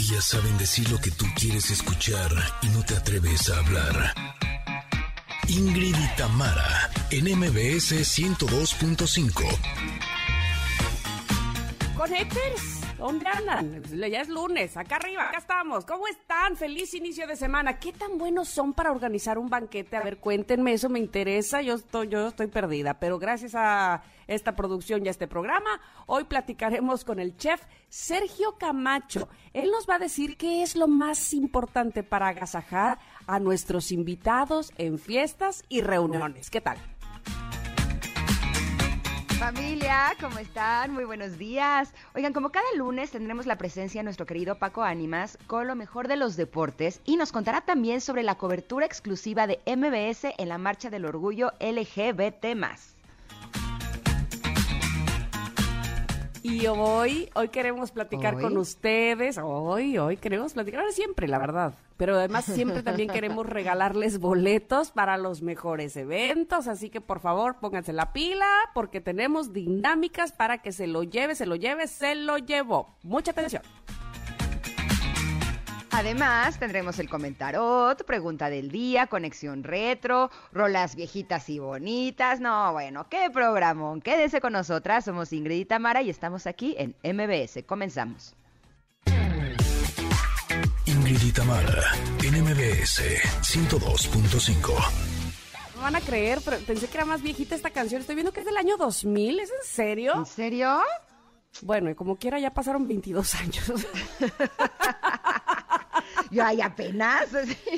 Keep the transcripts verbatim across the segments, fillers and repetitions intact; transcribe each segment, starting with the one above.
Ellas saben decir lo que tú quieres escuchar y no te atreves a hablar. Ingrid y Tamara, en M B S ciento dos punto cinco. Connectors, ¿dónde andan? Ya es lunes, acá arriba, acá estamos. ¿Cómo están? Feliz inicio de semana. ¿Qué tan buenos son para organizar un banquete? A ver, cuéntenme, eso me interesa. Yo estoy, yo estoy perdida, pero gracias a esta producción y a este programa, hoy platicaremos con el chef Sergio Camacho. Él nos va a decir qué es lo más importante para agasajar a nuestros invitados en fiestas y reuniones. ¿Qué tal? Familia, ¿cómo están? Muy buenos días. Oigan, como cada lunes tendremos la presencia de nuestro querido Paco Ánimas con lo mejor de los deportes y nos contará también sobre la cobertura exclusiva de M B S en la Marcha del Orgullo L G B T más. Y hoy, hoy queremos platicar ¿Hoy? con ustedes, hoy, hoy queremos platicar, ahora siempre, la verdad, pero además siempre también queremos regalarles boletos para los mejores eventos, así que por favor pónganse la pila porque tenemos dinámicas para que se lo lleve, se lo lleve, se lo llevó. Mucha atención. Además, tendremos el comentarot, pregunta del día, conexión retro, rolas viejitas y bonitas. No, bueno, qué programón. Quédense con nosotras, somos Ingrid y Tamara y estamos aquí en M B S. Comenzamos. Ingrid y Tamara, en M B S ciento dos punto cinco. No van a creer, pero pensé que era más viejita esta canción. Estoy viendo que es del año dos mil, ¿es en serio? ¿En serio? Bueno, y como quiera ya pasaron veintidós años. Yo ahí apenas.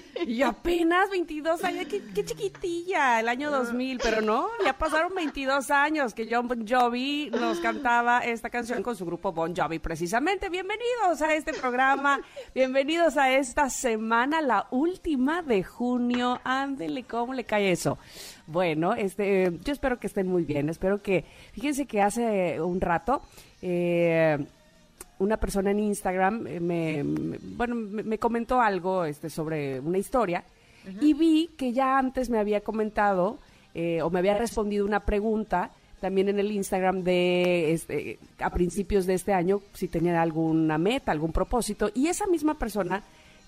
Y apenas veintidós años, qué, qué chiquitilla, el año dos mil, pero no, ya pasaron veintidós años que Jon Bon Jovi nos cantaba esta canción con su grupo Bon Jovi, precisamente. Bienvenidos a este programa, bienvenidos a esta semana, la última de junio. Ándele, ¿cómo le cae eso? Bueno, este, yo espero que estén muy bien, espero que, fíjense que hace un rato, eh... una persona en Instagram me, me bueno me, me comentó algo este sobre una historia. Uh-huh. Y vi que ya antes me había comentado eh, o me había respondido una pregunta también en el Instagram de este, a principios de este año, si tenía alguna meta, algún propósito, y esa misma persona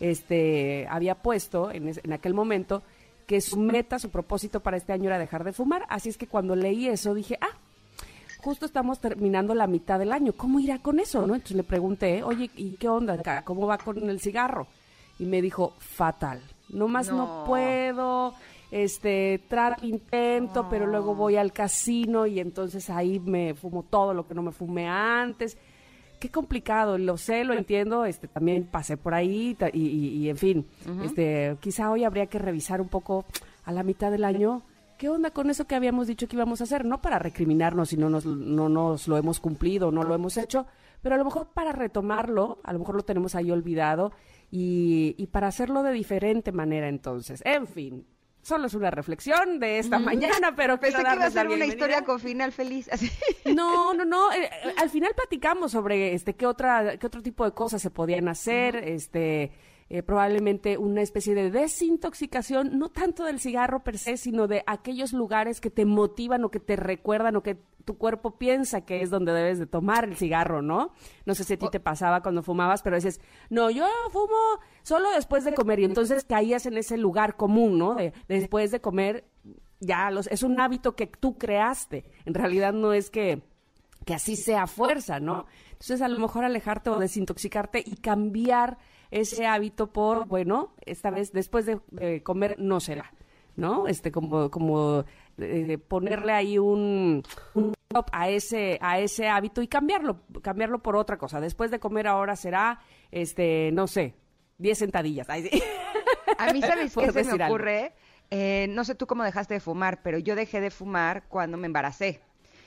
este había puesto en, es, en aquel momento que su meta, su propósito para este año era dejar de fumar. Así es que cuando leí eso dije, ah, justo estamos terminando la mitad del año, ¿cómo irá con eso, no? Entonces le pregunté, oye, ¿y qué onda acá? ¿Cómo va con el cigarro? Y me dijo, fatal, nomás no, no puedo, este, trato, intento, no. Pero luego voy al casino y entonces ahí me fumo todo lo que no me fumé antes. Qué complicado, lo sé, lo entiendo, este, también pasé por ahí y, y, y en fin, uh-huh. este, quizá hoy habría que revisar un poco a la mitad del año. ¿Qué onda con eso que habíamos dicho que íbamos a hacer? No para recriminarnos si no nos, no nos lo hemos cumplido, no lo hemos hecho, pero a lo mejor para retomarlo, a lo mejor lo tenemos ahí olvidado y, y para hacerlo de diferente manera entonces. En fin, solo es una reflexión de esta mm. mañana, pero pensé que iba a ser una historia con final feliz. Así. No, no, no. Eh, al final platicamos sobre este qué otra, qué otro tipo de cosas se podían hacer, uh-huh. este... Eh, probablemente una especie de desintoxicación, no tanto del cigarro per se, sino de aquellos lugares que te motivan o que te recuerdan o que tu cuerpo piensa que es donde debes de tomar el cigarro, ¿no? No sé si a ti te pasaba cuando fumabas, pero dices, no, yo fumo solo después de comer, y entonces caías en ese lugar común, ¿no? De, de después de comer, ya los, es un hábito que tú creaste, en realidad no es que, que así sea fuerza, ¿no? Entonces a lo mejor alejarte o desintoxicarte y cambiar ese hábito por, bueno, esta vez después de eh, comer no será, ¿no? Este, como, como eh, ponerle ahí un, un stop a ese, a ese hábito y cambiarlo, cambiarlo por otra cosa. Después de comer ahora será, este, no sé, diez sentadillas. Ay, sí. A mí, ¿sabes qué se me ocurre? Eh, no sé tú cómo dejaste de fumar, pero yo dejé de fumar cuando me embaracé.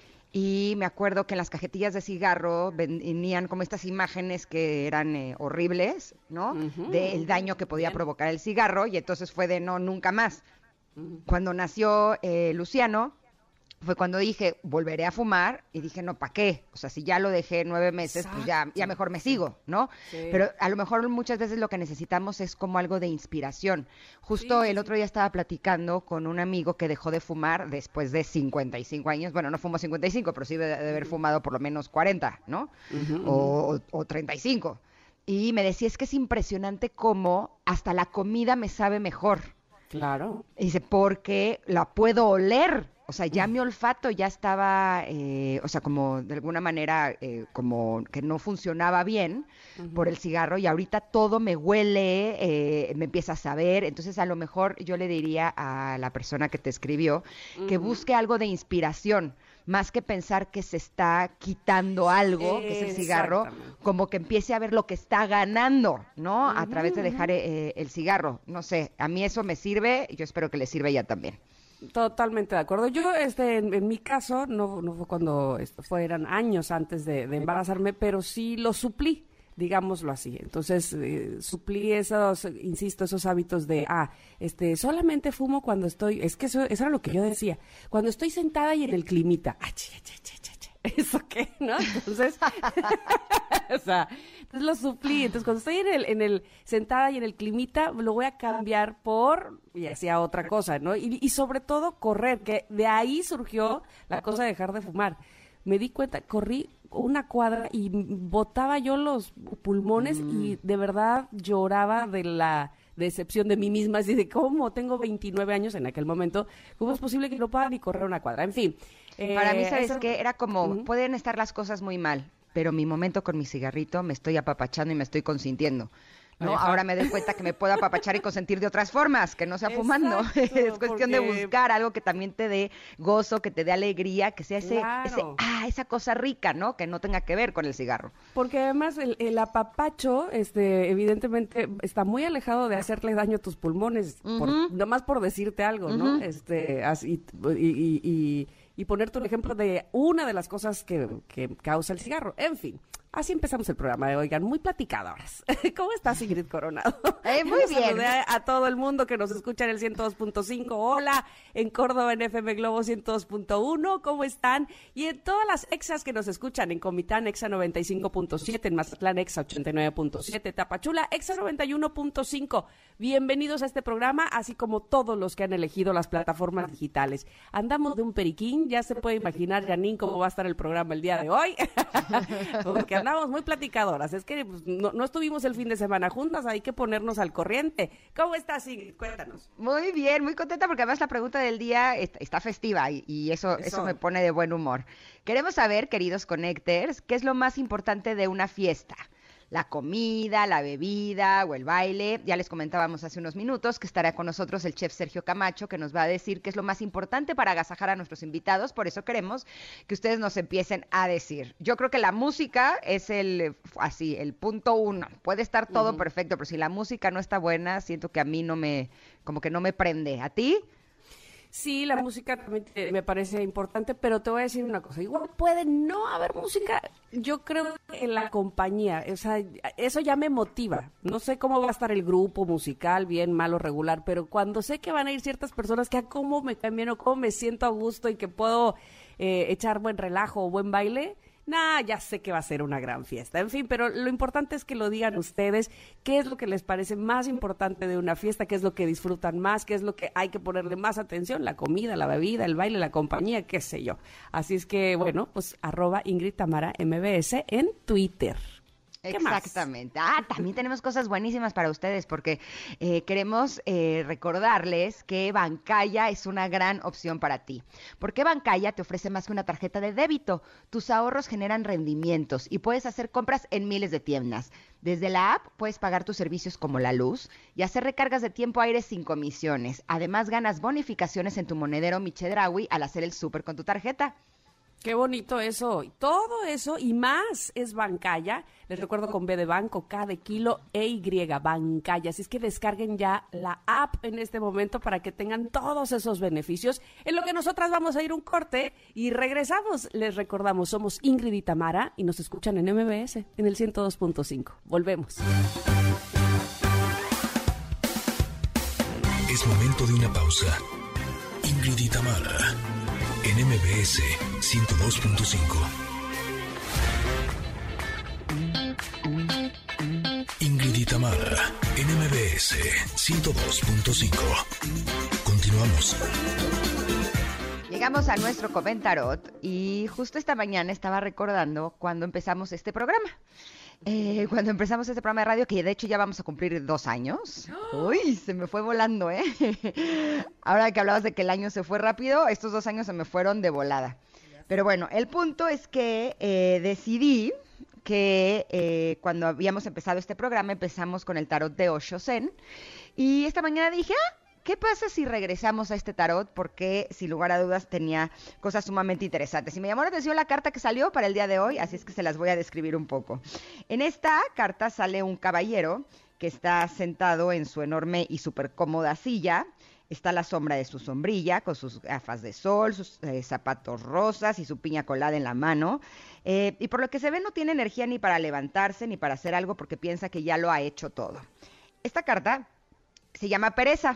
Y me acuerdo que en las cajetillas de cigarro venían como estas imágenes que eran eh, horribles, ¿no? Uh-huh. Del daño que podía Bien. provocar el cigarro, y entonces fue de no, nunca más. Uh-huh. Cuando nació eh, Luciano, fue cuando dije, volveré a fumar, y dije, no, ¿para qué? O sea, si ya lo dejé nueve meses, Exacto. pues ya, ya mejor me sigo, ¿no? Sí. Pero a lo mejor muchas veces lo que necesitamos es como algo de inspiración. Justo sí, el sí. otro día estaba platicando con un amigo que dejó de fumar después de cincuenta y cinco años, bueno, no fumó cincuenta y cinco, pero sí de, de haber fumado por lo menos cuarenta, ¿no? Uh-huh, o, uh-huh. o, o treinta y cinco. y me decía, es que es impresionante cómo hasta la comida me sabe mejor. Claro. Y dice, porque la puedo oler. O sea, ya mi olfato ya estaba, eh, o sea, como de alguna manera, eh, como que no funcionaba bien uh-huh. por el cigarro, y ahorita todo me huele, eh, me empieza a saber. Entonces, a lo mejor yo le diría a la persona que te escribió uh-huh. que busque algo de inspiración, más que pensar que se está quitando algo, que es el cigarro, como que empiece a ver lo que está ganando, ¿no? Uh-huh, a través de dejar eh, el cigarro. No sé, a mí eso me sirve, yo espero que le sirva a ella también. Totalmente de acuerdo. Yo, este, en, en mi caso, no, no fue cuando esto, fueran años antes de, de embarazarme, pero sí lo suplí, digámoslo así. Entonces, eh, suplí esos, insisto, esos hábitos de, ah, este, solamente fumo cuando estoy, es que eso, eso era lo que yo decía, cuando estoy sentada y en el climita, ah, ch, ch, ch, ch, ch. ¿Eso qué? ¿No? Entonces, o sea, entonces lo suplí. Entonces, cuando estoy en el, en el, sentada y en el climita, lo voy a cambiar por, y hacía otra cosa, ¿no? Y, y sobre todo, correr, que de ahí surgió la cosa de dejar de fumar. Me di cuenta, corrí una cuadra y botaba yo los pulmones mm. y de verdad lloraba de la decepción de mí misma, así de cómo tengo veintinueve años en aquel momento, ¿cómo es posible que no pueda ni correr una cuadra? En fin. Eh, Para mí, ¿sabes eso... qué? Era como, uh-huh. pueden estar las cosas muy mal, pero mi momento con mi cigarrito me estoy apapachando y me estoy consintiendo. ¿no? Ahora me doy cuenta que me puedo apapachar y consentir de otras formas, que no sea fumando. Exacto, es cuestión porque... de buscar algo que también te dé gozo, que te dé alegría, que sea ese, claro. ese ah, esa cosa rica, ¿no? Que no tenga que ver con el cigarro. Porque además el, el apapacho, este, evidentemente, está muy alejado de hacerle daño a tus pulmones, uh-huh. por, nomás por decirte algo, uh-huh. ¿no? Este, así, y, y, y, y ponerte un ejemplo de una de las cosas que, que causa el cigarro. En fin. Así empezamos el programa de Oigan, muy platicadoras. ¿Cómo estás, Ingrid Coronado? Eh, muy bien. Saludé a, a todo el mundo que nos escucha en el ciento dos punto cinco. Hola, en Córdoba en F M Globo ciento dos punto uno. ¿Cómo están? Y en todas las exas que nos escuchan, en Comitán, Exa noventa y cinco punto siete, en Mazatlán, Exa ochenta y nueve punto siete, Tapachula, Exa noventa y uno punto cinco. Bienvenidos a este programa, así como todos los que han elegido las plataformas digitales. Andamos de un periquín, ya se puede imaginar, Janine, cómo va a estar el programa el día de hoy. Porque andamos muy platicadoras, es que pues, no, no estuvimos el fin de semana juntas, hay que ponernos al corriente. ¿Cómo estás, Ingrid? Cuéntanos. Muy bien, muy contenta porque además la pregunta del día está, está festiva y, y eso, eso. eso me pone de buen humor. Queremos saber, queridos connectors, ¿qué es lo más importante de una fiesta? La comida, la bebida o el baile. Ya les comentábamos hace unos minutos que estará con nosotros el chef Sergio Camacho, que nos va a decir qué es lo más importante para agasajar a nuestros invitados. Por eso queremos que ustedes nos empiecen a decir. Yo creo que la música es el, así, el punto uno. Puede estar todo uh-huh. perfecto, pero si la música no está buena, siento que a mí no me, como que no me prende. ¿A ti? Sí, la música también me parece importante, pero te voy a decir una cosa. Igual puede no haber música. Yo creo que en la compañía, o sea, eso ya me motiva. No sé cómo va a estar el grupo musical, bien, malo, regular, pero cuando sé que van a ir ciertas personas que a cómo me cambian o cómo me siento a gusto y que puedo eh, echar buen relajo o buen baile, nah, ya sé que va a ser una gran fiesta. En fin, pero lo importante es que lo digan ustedes, qué es lo que les parece más importante de una fiesta, qué es lo que disfrutan más, qué es lo que hay que ponerle más atención, la comida, la bebida, el baile, la compañía, qué sé yo. Así es que, bueno, pues arroba Ingrid Tamara M B S en Twitter. Exactamente. Más? Ah, también tenemos cosas buenísimas para ustedes porque eh, queremos eh, recordarles que Bancaya es una gran opción para ti. Porque Bancaya te ofrece más que una tarjeta de débito. Tus ahorros generan rendimientos y puedes hacer compras en miles de tiendas. Desde la app puedes pagar tus servicios como la luz y hacer recargas de tiempo aire sin comisiones. Además ganas bonificaciones en tu monedero Michedraui al hacer el súper con tu tarjeta. Qué bonito eso. Todo eso y más es Bancaya. Les recuerdo con B de banco, K de kilo, E Y, Bancaya. Así es que descarguen ya la app en este momento para que tengan todos esos beneficios. En lo que nosotras vamos a ir un corte y regresamos. Les recordamos, somos Ingrid y Tamara y nos escuchan en M B S, en el ciento dos punto cinco. Volvemos. Es momento de una pausa. Ingrid y Tamara en M B S ciento dos punto cinco. Ingrid y Tamara en M B S ciento dos punto cinco. Continuamos. Llegamos a nuestro comentarot y justo esta mañana estaba recordando cuando empezamos este programa. eh, cuando empezamos este programa de radio, que de hecho ya vamos a cumplir dos años. Uy, se me fue volando, ¿eh? Ahora que hablabas de que el año se fue rápido, estos dos años se me fueron de volada. Pero bueno, el punto es que eh, decidí que eh, cuando habíamos empezado este programa, empezamos con el tarot de Osho Zen. Y esta mañana dije, ah, ¿qué pasa si regresamos a este tarot? Porque, sin lugar a dudas, tenía cosas sumamente interesantes. Y me llamó la atención la carta que salió para el día de hoy, así es que se las voy a describir un poco. En esta carta sale un caballero que está sentado en su enorme y súper cómoda silla. Está a la sombra de su sombrilla, con sus gafas de sol, sus eh, zapatos rosas y su piña colada en la mano. Eh, y por lo que se ve no tiene energía ni para levantarse ni para hacer algo porque piensa que ya lo ha hecho todo. Esta carta se llama pereza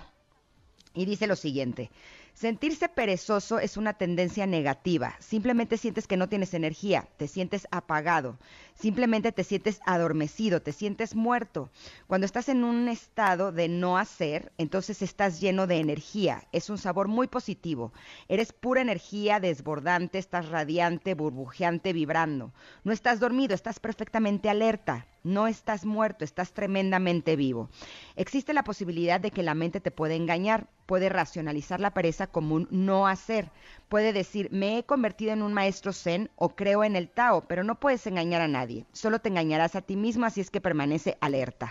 y dice lo siguiente: sentirse perezoso es una tendencia negativa. Simplemente sientes que no tienes energía, te sientes apagado, simplemente te sientes adormecido, te sientes muerto. Cuando estás en un estado de no hacer, entonces estás lleno de energía. Es un sabor muy positivo. Eres pura energía desbordante, estás radiante, burbujeante, vibrando. No estás dormido, estás perfectamente alerta. No estás muerto, estás tremendamente vivo. Existe la posibilidad de que la mente te puede engañar, puede racionalizar la pereza como un no hacer. Puede decir, me he convertido en un maestro zen o creo en el Tao, pero no puedes engañar a nadie. Solo te engañarás a ti mismo, así es que permanece alerta.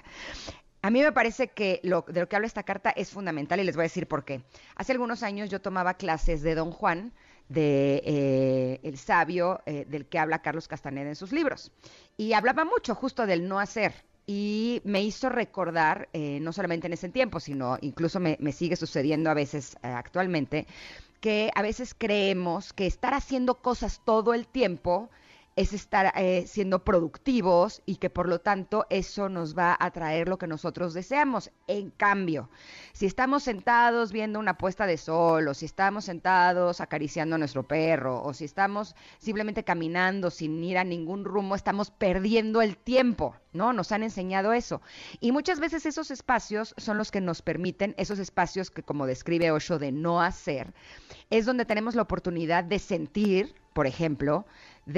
A mí me parece que lo, de lo que habla esta carta es fundamental y les voy a decir por qué. Hace algunos años yo tomaba clases de Don Juan, de eh, el sabio eh, del que habla Carlos Castaneda en sus libros. Y hablaba mucho justo del no hacer. Y me hizo recordar, eh, no solamente en ese tiempo, sino incluso me, me sigue sucediendo a veces eh, actualmente, que a veces creemos que estar haciendo cosas todo el tiempo es estar eh, siendo productivos y que por lo tanto eso nos va a traer lo que nosotros deseamos. En cambio, si estamos sentados viendo una puesta de sol, o si estamos sentados acariciando a nuestro perro, o si estamos simplemente caminando sin ir a ningún rumbo, estamos perdiendo el tiempo, ¿no? Nos han enseñado eso. Y muchas veces esos espacios son los que nos permiten, esos espacios que, como describe Osho, de no hacer, es donde tenemos la oportunidad de sentir, por ejemplo,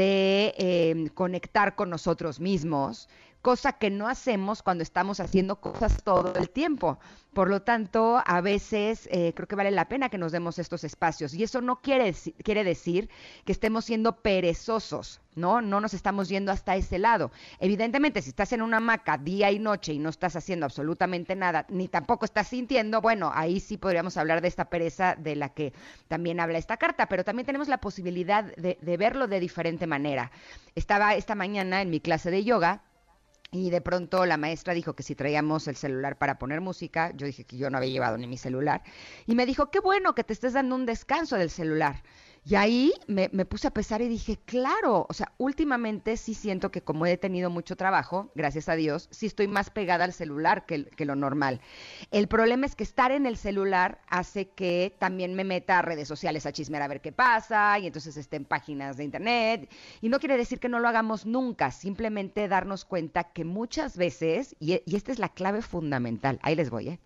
de eh, conectar con nosotros mismos, cosa que no hacemos cuando estamos haciendo cosas todo el tiempo. Por lo tanto, a veces eh, creo que vale la pena que nos demos estos espacios. Y eso no quiere, quiere decir que estemos siendo perezosos, ¿no? No nos estamos yendo hasta ese lado. Evidentemente, si estás en una hamaca día y noche y no estás haciendo absolutamente nada, ni tampoco estás sintiendo, bueno, ahí sí podríamos hablar de esta pereza de la que también habla esta carta, pero también tenemos la posibilidad de, de verlo de diferente manera. Estaba esta mañana en mi clase de yoga, y de pronto la maestra dijo que si traíamos el celular para poner música, yo dije que yo no había llevado ni mi celular, y me dijo, qué bueno que te estés dando un descanso del celular. Y ahí me, me puse a pensar y dije, claro, o sea, últimamente sí siento que como he tenido mucho trabajo, gracias a Dios, sí estoy más pegada al celular que, que lo normal. El problema es que estar en el celular hace que también me meta a redes sociales a chismear a ver qué pasa, y entonces esté en páginas de internet, y no quiere decir que no lo hagamos nunca, simplemente darnos cuenta que muchas veces, y, y esta es la clave fundamental, ahí les voy,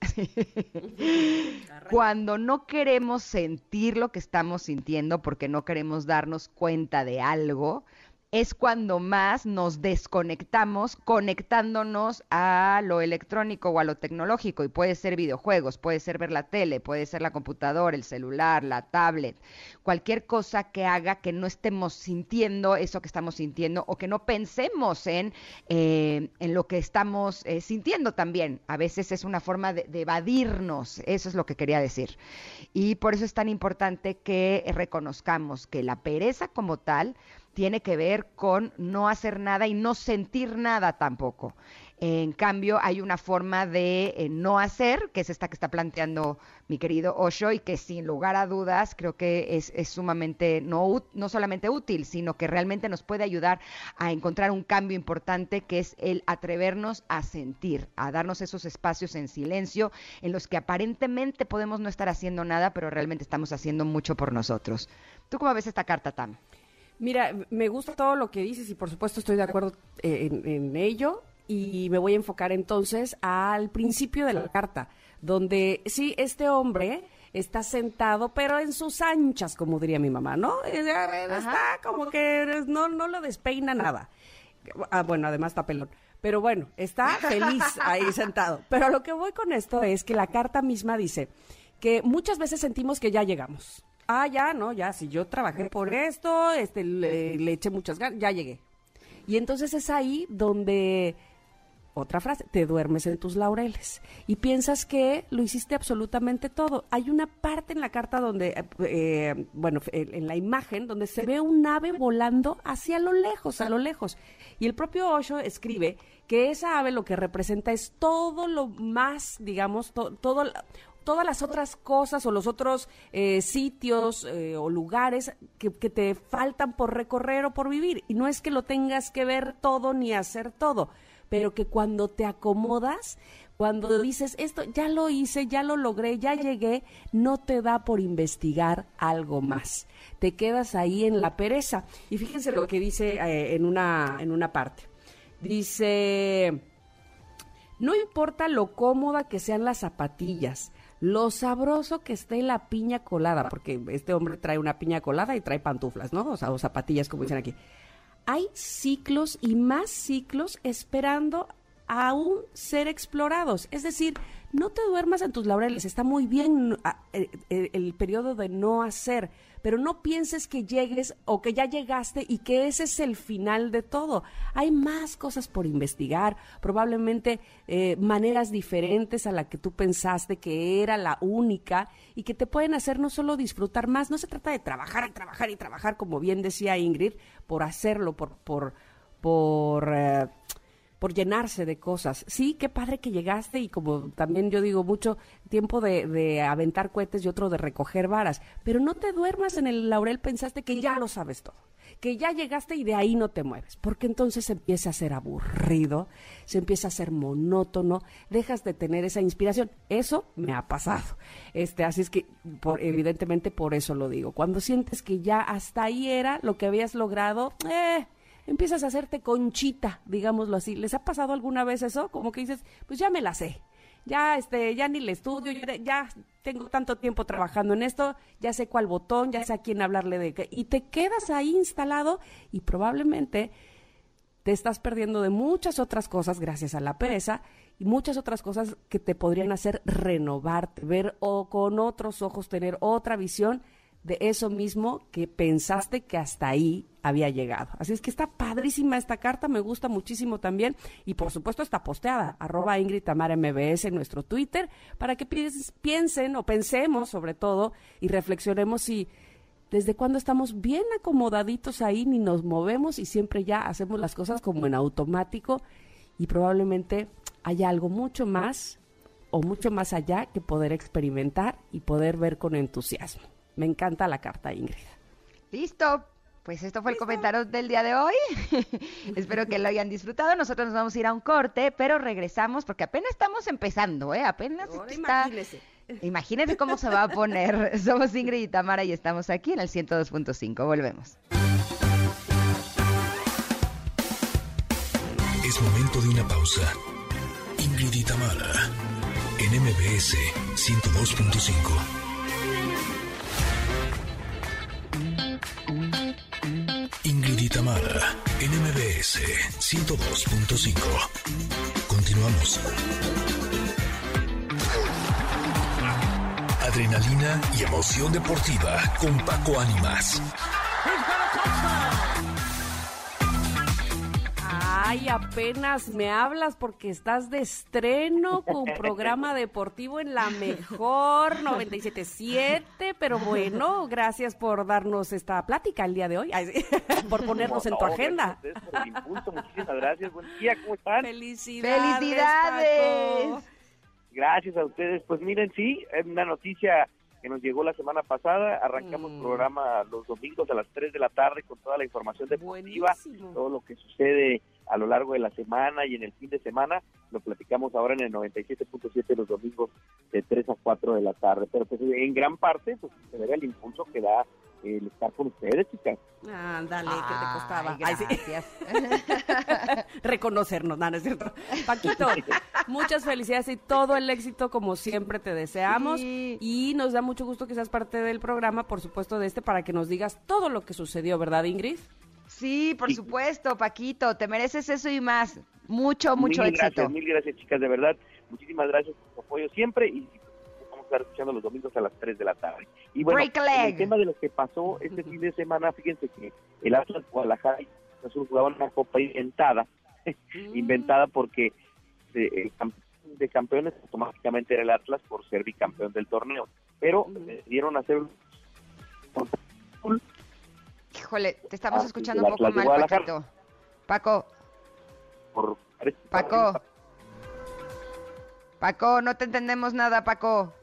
¿eh? Cuando no queremos sentir lo que estamos sintiendo, porque no queremos darnos cuenta de algo, es cuando más nos desconectamos conectándonos a lo electrónico o a lo tecnológico, y puede ser videojuegos, puede ser ver la tele, puede ser la computadora, el celular, la tablet, cualquier cosa que haga que no estemos sintiendo eso que estamos sintiendo o que no pensemos en, eh, en lo que estamos eh, sintiendo también. A veces es una forma de, de evadirnos, eso es lo que quería decir. Y por eso es tan importante que reconozcamos que la pereza como tal tiene que ver con no hacer nada y no sentir nada tampoco. En cambio, hay una forma de eh, no hacer, que es esta que está planteando mi querido Osho, y que sin lugar a dudas creo que es, es sumamente no, no solamente útil, sino que realmente nos puede ayudar a encontrar un cambio importante, que es el atrevernos a sentir, a darnos esos espacios en silencio en los que aparentemente podemos no estar haciendo nada, pero realmente estamos haciendo mucho por nosotros. ¿Tú cómo ves esta carta, Tam? Mira, me gusta todo lo que dices y por supuesto estoy de acuerdo en, en ello, y me voy a enfocar entonces al principio de la carta, donde sí, este hombre está sentado, pero en sus anchas, como diría mi mamá, ¿no? Está como que no, no lo despeina nada. Ah, bueno, además está pelón. Pero bueno, está feliz ahí sentado. Pero a lo que voy con esto es que la carta misma dice que muchas veces sentimos que ya llegamos. Ah, ya, no, ya, si yo trabajé por esto, este, le, le eché muchas ganas, ya llegué. Y entonces es ahí donde, otra frase, te duermes en tus laureles y piensas que lo hiciste absolutamente todo. Hay una parte en la carta donde, eh, bueno, en la imagen, donde se ve un ave volando hacia lo lejos, a lo lejos. Y el propio Osho escribe que esa ave lo que representa es todo lo más, digamos, to, todo, todas las otras cosas o los otros eh, sitios eh, o lugares que, que te faltan por recorrer o por vivir. Y no es que lo tengas que ver todo ni hacer todo, pero que cuando te acomodas, cuando dices, esto ya lo hice, ya lo logré, ya llegué, no te da por investigar algo más. Te quedas ahí en la pereza. Y fíjense lo que dice eh, en una, en una parte. Dice, no importa lo cómoda que sean las zapatillas, lo sabroso que esté la piña colada, porque este hombre trae una piña colada y trae pantuflas, ¿no? O sea, o zapatillas, como dicen aquí. Hay ciclos y más ciclos esperando aún ser explorados. Es decir, no te duermas en tus laureles. Está muy bien el, el, el periodo de no hacer, pero no pienses que llegues o que ya llegaste y que ese es el final de todo. Hay más cosas por investigar, probablemente eh, maneras diferentes a la que tú pensaste que era la única y que te pueden hacer no solo disfrutar más. No se trata de trabajar y trabajar y trabajar, como bien decía Ingrid, por hacerlo, por... por, por eh, por llenarse de cosas. Sí, qué padre que llegaste y como también yo digo mucho, tiempo de, de aventar cohetes y otro de recoger varas, pero no te duermas en el laurel, pensaste que ya lo sabes todo, que ya llegaste y de ahí no te mueves, porque entonces se empieza a ser aburrido, se empieza a ser monótono, dejas de tener esa inspiración. Eso me ha pasado. Este, así es que por, evidentemente por eso lo digo. Cuando sientes que ya hasta ahí era lo que habías logrado, eh... empiezas a hacerte conchita, digámoslo así. ¿Les ha pasado alguna vez eso? Como que dices, pues ya me la sé, ya este, ya ni le estudio, ya, ya tengo tanto tiempo trabajando en esto, ya sé cuál botón, ya sé a quién hablarle de qué, y te quedas ahí instalado y probablemente te estás perdiendo de muchas otras cosas gracias a la pereza y muchas otras cosas que te podrían hacer renovarte, ver o con otros ojos, tener otra visión de eso mismo que pensaste que hasta ahí había llegado. Así es que está padrísima esta carta, me gusta muchísimo también, y por supuesto está posteada, arroba Ingrid Tamara M B S en nuestro Twitter, para que piensen o pensemos sobre todo y reflexionemos si desde cuándo estamos bien acomodaditos ahí, ni nos movemos y siempre ya hacemos las cosas como en automático, y probablemente haya algo mucho más o mucho más allá que poder experimentar y poder ver con entusiasmo. Me encanta la carta, Ingrid. Listo. Pues esto fue ¿Listo? El comentario del día de hoy. Espero que lo hayan disfrutado. Nosotros nos vamos a ir a un corte, pero regresamos porque apenas estamos empezando, ¿eh? Apenas Ahora está... imagínese. Imagínense cómo se va a poner. Somos Ingrid y Tamara y estamos aquí en el ciento dos punto cinco. Volvemos. Es momento de una pausa. Ingrid y Tamara en M B S ciento dos punto cinco. Ingrid y Tamara en M B S ciento dos punto cinco. Continuamos. Adrenalina y emoción deportiva con Paco Ánimas. Ay, apenas me hablas porque estás de estreno con programa deportivo en la mejor noventa y siete punto siete, pero bueno, gracias por darnos esta plática el día de hoy, Ay, sí, por ponernos no, en tu no, agenda. Gracias por el impulso, muchísimas gracias, buen día, ¿cómo están? Felicidades. ¡Felicidades! Paco. Gracias a ustedes, pues miren, sí, es una noticia que nos llegó la semana pasada, arrancamos mm. programa los domingos a las tres de la tarde con toda la información deportiva, Buenísimo. Todo lo que sucede a lo largo de la semana y en el fin de semana, lo platicamos ahora en el noventa y siete punto siete los domingos de tres a cuatro de la tarde, pero pues en gran parte pues se debe el impulso que da el estar con ustedes, chicas. Ándale, ah, ¿qué te costaba? Ay, gracias. Sí. Reconocernos, no, no es cierto. Paquito, muchas felicidades y todo el éxito como siempre te deseamos, sí. Y nos da mucho gusto que seas parte del programa, por supuesto de este, para que nos digas todo lo que sucedió, ¿verdad, Ingrid? Sí, por y, supuesto, Paquito, te mereces eso y más. Mucho, mucho mil éxito. Gracias, mil gracias, chicas, de verdad. Muchísimas gracias por su apoyo siempre y vamos a estar escuchando los domingos a las tres de la tarde. Y bueno, el tema de lo que pasó este fin de semana, fíjense que el Atlas Guadalajara y Azul jugaban una copa inventada, inventada porque el campeón de campeones automáticamente era el Atlas por ser bicampeón del torneo, pero eh, dieron a hacer un... Híjole, te estamos escuchando un poco mal, Paquito. Paco. Por... Paco. Paco, no te entendemos nada, Paco.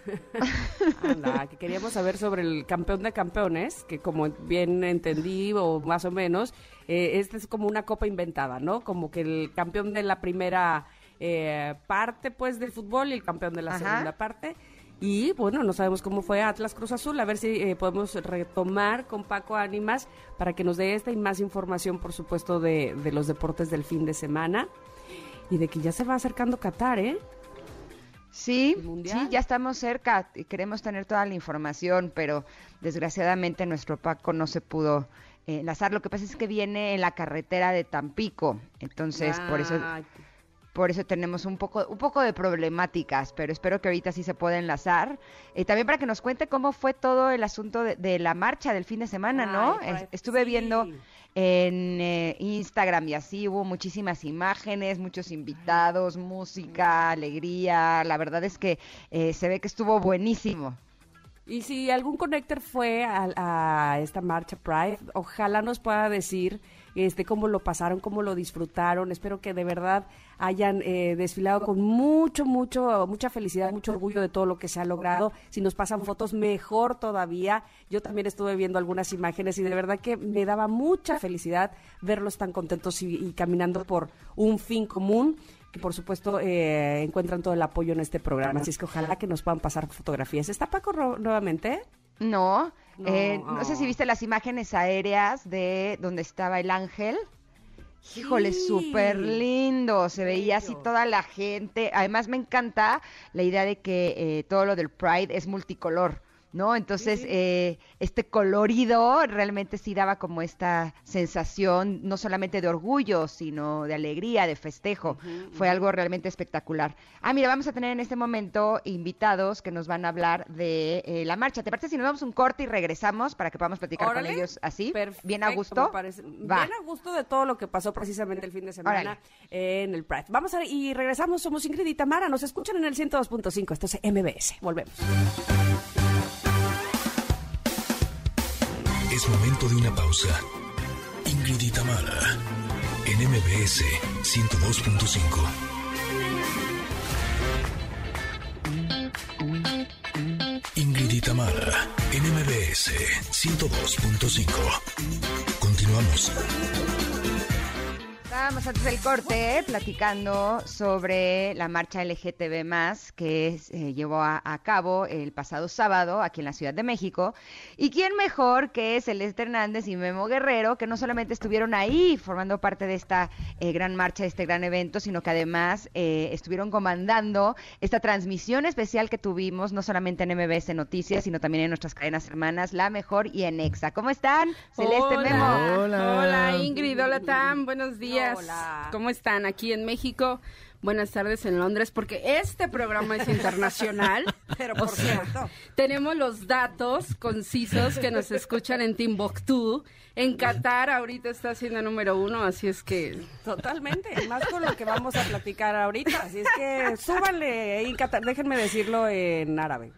Anda, que queríamos saber sobre el campeón de campeones, que como bien entendí, o más o menos, eh, esta es como una copa inventada, ¿no? Como que el campeón de la primera eh, parte, pues, del fútbol y el campeón de la Ajá. segunda parte. Y, bueno, no sabemos cómo fue Atlas Cruz Azul, a ver si eh, podemos retomar con Paco Ánimas para que nos dé esta y más información, por supuesto, de, de los deportes del fin de semana y de que ya se va acercando Qatar, ¿eh? Sí, sí, ya estamos cerca y queremos tener toda la información, pero desgraciadamente nuestro Paco no se pudo eh, enlazar. Lo que pasa es que viene en la carretera de Tampico, entonces ah. por eso por eso tenemos un poco un poco de problemáticas, pero espero que ahorita sí se pueda enlazar. Eh, también para que nos cuente cómo fue todo el asunto de, de la marcha del fin de semana, ¿no? Ay, es, estuve sí. viendo en eh, Instagram y así hubo muchísimas imágenes, muchos invitados, música, alegría. La verdad es que eh, se ve que estuvo buenísimo. Y si algún connector fue a, a esta marcha Pride, ojalá nos pueda decir este cómo lo pasaron, cómo lo disfrutaron. Espero que de verdad hayan eh, desfilado con mucho, mucho, mucha felicidad, mucho orgullo de todo lo que se ha logrado. Si nos pasan fotos, mejor todavía. Yo también estuve viendo algunas imágenes y de verdad que me daba mucha felicidad verlos tan contentos y, y caminando por un fin común. Que por supuesto eh, encuentran todo el apoyo en este programa, así es que ojalá que nos puedan pasar fotografías. ¿Está Paco ro- nuevamente? No, no, eh, no sé si viste las imágenes aéreas de donde estaba el ángel. Sí. Híjole, súper lindo, se veía así toda la gente. Además me encanta la idea de que eh, todo lo del Pride es multicolor, ¿no? Entonces, sí. eh, este colorido realmente sí daba como esta sensación, no solamente de orgullo, sino de alegría, de festejo. Uh-huh, Fue uh-huh. algo realmente espectacular. Ah, mira, vamos a tener en este momento invitados que nos van a hablar de eh, la marcha. ¿Te parece si nos damos un corte y regresamos para que podamos platicar Órale. con ellos así? Perfecto, ¿Bien a gusto? Va. Bien a gusto de todo lo que pasó precisamente el fin de semana eh, en el Pride. Vamos a y regresamos, somos Ingrid y Tamara, nos escuchan en el ciento dos punto cinco, esto es M B S. Volvemos. Es momento de una pausa. Ingrid y Tamara, en M B S ciento dos punto cinco. Ingrid y Tamara, en M B S ciento dos punto cinco. Continuamos. Estábamos antes del corte platicando sobre la marcha L G T B más, que se eh, llevó a, a cabo el pasado sábado aquí en la Ciudad de México. ¿Y quién mejor que Celeste Hernández y Memo Guerrero, que no solamente estuvieron ahí formando parte de esta eh, gran marcha, de este gran evento, sino que además eh, estuvieron comandando esta transmisión especial que tuvimos, no solamente en M B S Noticias, sino también en nuestras cadenas hermanas, La Mejor y en Exa. ¿Cómo están? Celeste, hola, Memo. Hola. Hola, Ingrid. Hola, Tam. Buenos días. Hola. ¿Cómo están? Aquí en México. Buenas tardes en Londres, porque este programa es internacional. Pero por cierto, tenemos los datos concisos que nos escuchan en Timbuktu. En Qatar ahorita está siendo número uno, así es que... Totalmente, más con lo que vamos a platicar ahorita. Así es que súbanle ahí en Qatar, déjenme decirlo en árabe.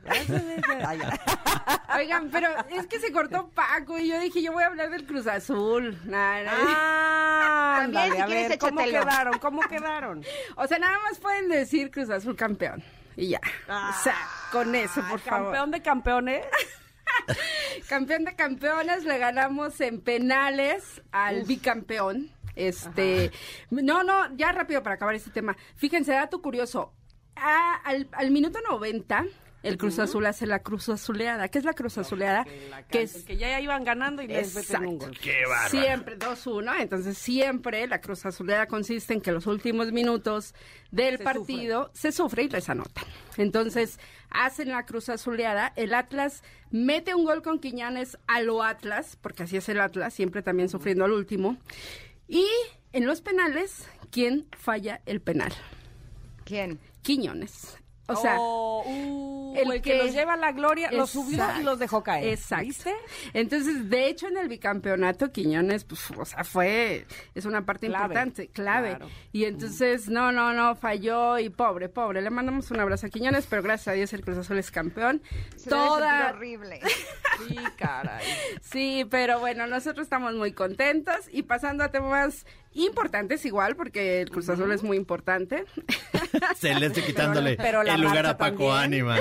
Oigan, pero es que se cortó Paco y yo dije, yo voy a hablar del Cruz Azul. Nah, nah. Ah, También, dale, si a quieres, ver, ¿cómo échatelo. quedaron? ¿Cómo quedaron? O sea, nada más pueden decir Cruz Azul campeón. Y ya. Ah, o sea, con eso, por favor. Campeón de campeones. Campeón de campeones, le ganamos en penales al Uf. bicampeón. Este, Ajá. no, no, ya rápido para acabar este tema. Fíjense, dato curioso. A, al, al minuto noventa, el Cruz Azul hace la Cruz Azuleada. ¿Qué es la Cruz Azuleada? La que es que ya iban ganando y les meten un gol. ¡Qué bárbaro! Siempre dos uno, entonces siempre la Cruz Azuleada consiste en que los últimos minutos del se partido sufre. se sufre y les anotan. Entonces hacen la Cruz Azuleada, el Atlas mete un gol con Quiñones a lo Atlas, porque así es el Atlas, siempre también sufriendo al último. Y en los penales, ¿quién falla el penal? ¿Quién? Quiñones. O sea, oh, uh, el, el que, que los lleva a la gloria, los Exacto. subió y los dejó caer. Exacto. ¿Viste? Entonces, de hecho, en el bicampeonato, Quiñones, pues, o sea, fue, es una parte Clave, importante, clave. claro. Y entonces, no, no, no, falló y pobre, pobre. Le mandamos un abrazo a Quiñones, pero gracias a Dios el Cruz Azul es campeón. Se Toda... debe sentir horrible. Sí, caray. Sí, pero bueno, nosotros estamos muy contentos y pasando a temas importantes igual, porque el Cruz Azul es muy importante. Celeste quitándole pero la el lugar marcha a Paco también. Ánimas.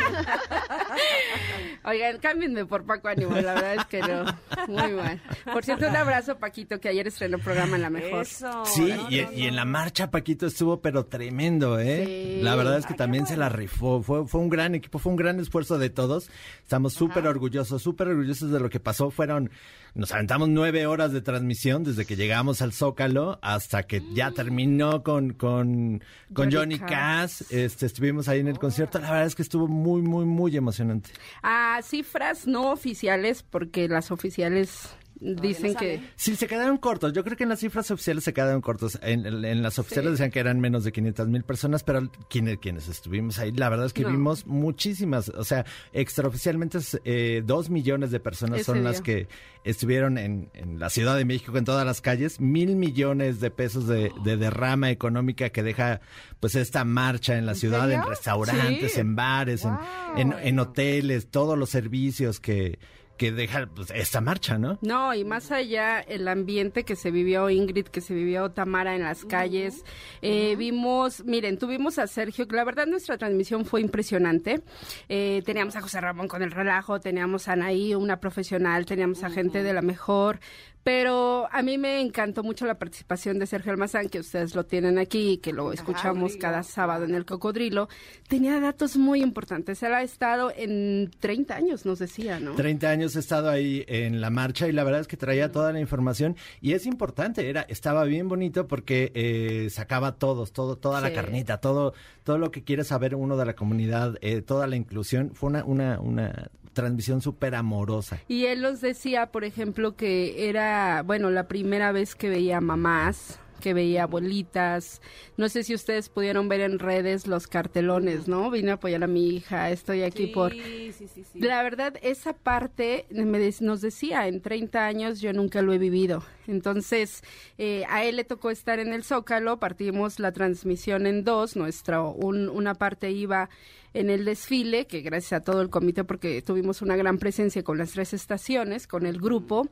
Oigan, cámbienme por Paco Ánimo, la verdad es que no, muy mal. Por cierto, un abrazo, Paquito, que ayer estrenó programa en La Mejor. Eso. Sí, no, y, no, y en no. la marcha Paquito estuvo pero tremendo, ¿eh? Sí. La verdad es que Ah, también qué se bueno. la rifó, fue, fue un gran equipo, fue un gran esfuerzo de todos. Estamos súper orgullosos, súper orgullosos de lo que pasó. Fueron, nos aventamos nueve horas de transmisión desde que llegamos al Zócalo hasta que ya terminó con, con, con Johnny Johnny Cass. Cass. Este, estuvimos ahí en el concierto. La verdad es que estuvo muy, muy, muy emocionante. A cifras no oficiales, porque las oficiales dicen no que... saben. Sí, se quedaron cortos. Yo creo que en las cifras oficiales se quedaron cortos. En, en- en las oficiales Sí. decían que eran menos de quinientas mil personas, pero quienes, quienes estuvimos ahí, la verdad es que No. vimos muchísimas. O sea, extraoficialmente eh, dos millones de personas Ese son día. las que estuvieron en, en la Ciudad de México, en todas las calles. Mil millones de pesos de, de derrama económica que deja pues esta marcha en la ciudad, serio? en restaurantes, Sí. en bares, en, Wow. en, en hoteles, todos los servicios que, que deja pues, esta marcha, ¿no? No, y más allá, el ambiente que se vivió Ingrid, que se vivió Tamara en las calles. Eh, vimos, miren, tuvimos a Sergio, que la verdad nuestra transmisión fue impresionante. Eh, teníamos a José Ramón con el relajo, teníamos a Anaí, una profesional, teníamos a gente de la mejor. Pero a mí me encantó mucho la participación de Sergio Almazán, que ustedes lo tienen aquí, que lo escuchamos Cocodrilo. cada sábado en el Cocodrilo. Tenía datos muy importantes. Él ha estado en treinta años, nos decía, ¿no? treinta años he estado ahí en la marcha y la verdad es que traía toda la información y es importante, era estaba bien bonito porque eh, sacaba todos, todo, toda la Sí. carnita, todo, todo lo que quiere saber uno de la comunidad, eh, toda la inclusión. Fue una, una, una transmisión súper amorosa. Y él nos decía, por ejemplo, que era, bueno, la primera vez que veía mamás, que veía abuelitas. No sé si ustedes pudieron ver en redes los cartelones, ¿no? Vine a apoyar a mi hija, estoy aquí por... Sí, sí, sí, sí. La verdad, esa parte me de- nos decía, en treinta años yo nunca lo he vivido. Entonces, eh, a él le tocó estar en el Zócalo, partimos la transmisión en dos, nuestra, un- una parte iba en el desfile, que gracias a todo el comité, porque tuvimos una gran presencia con las tres estaciones, con el grupo,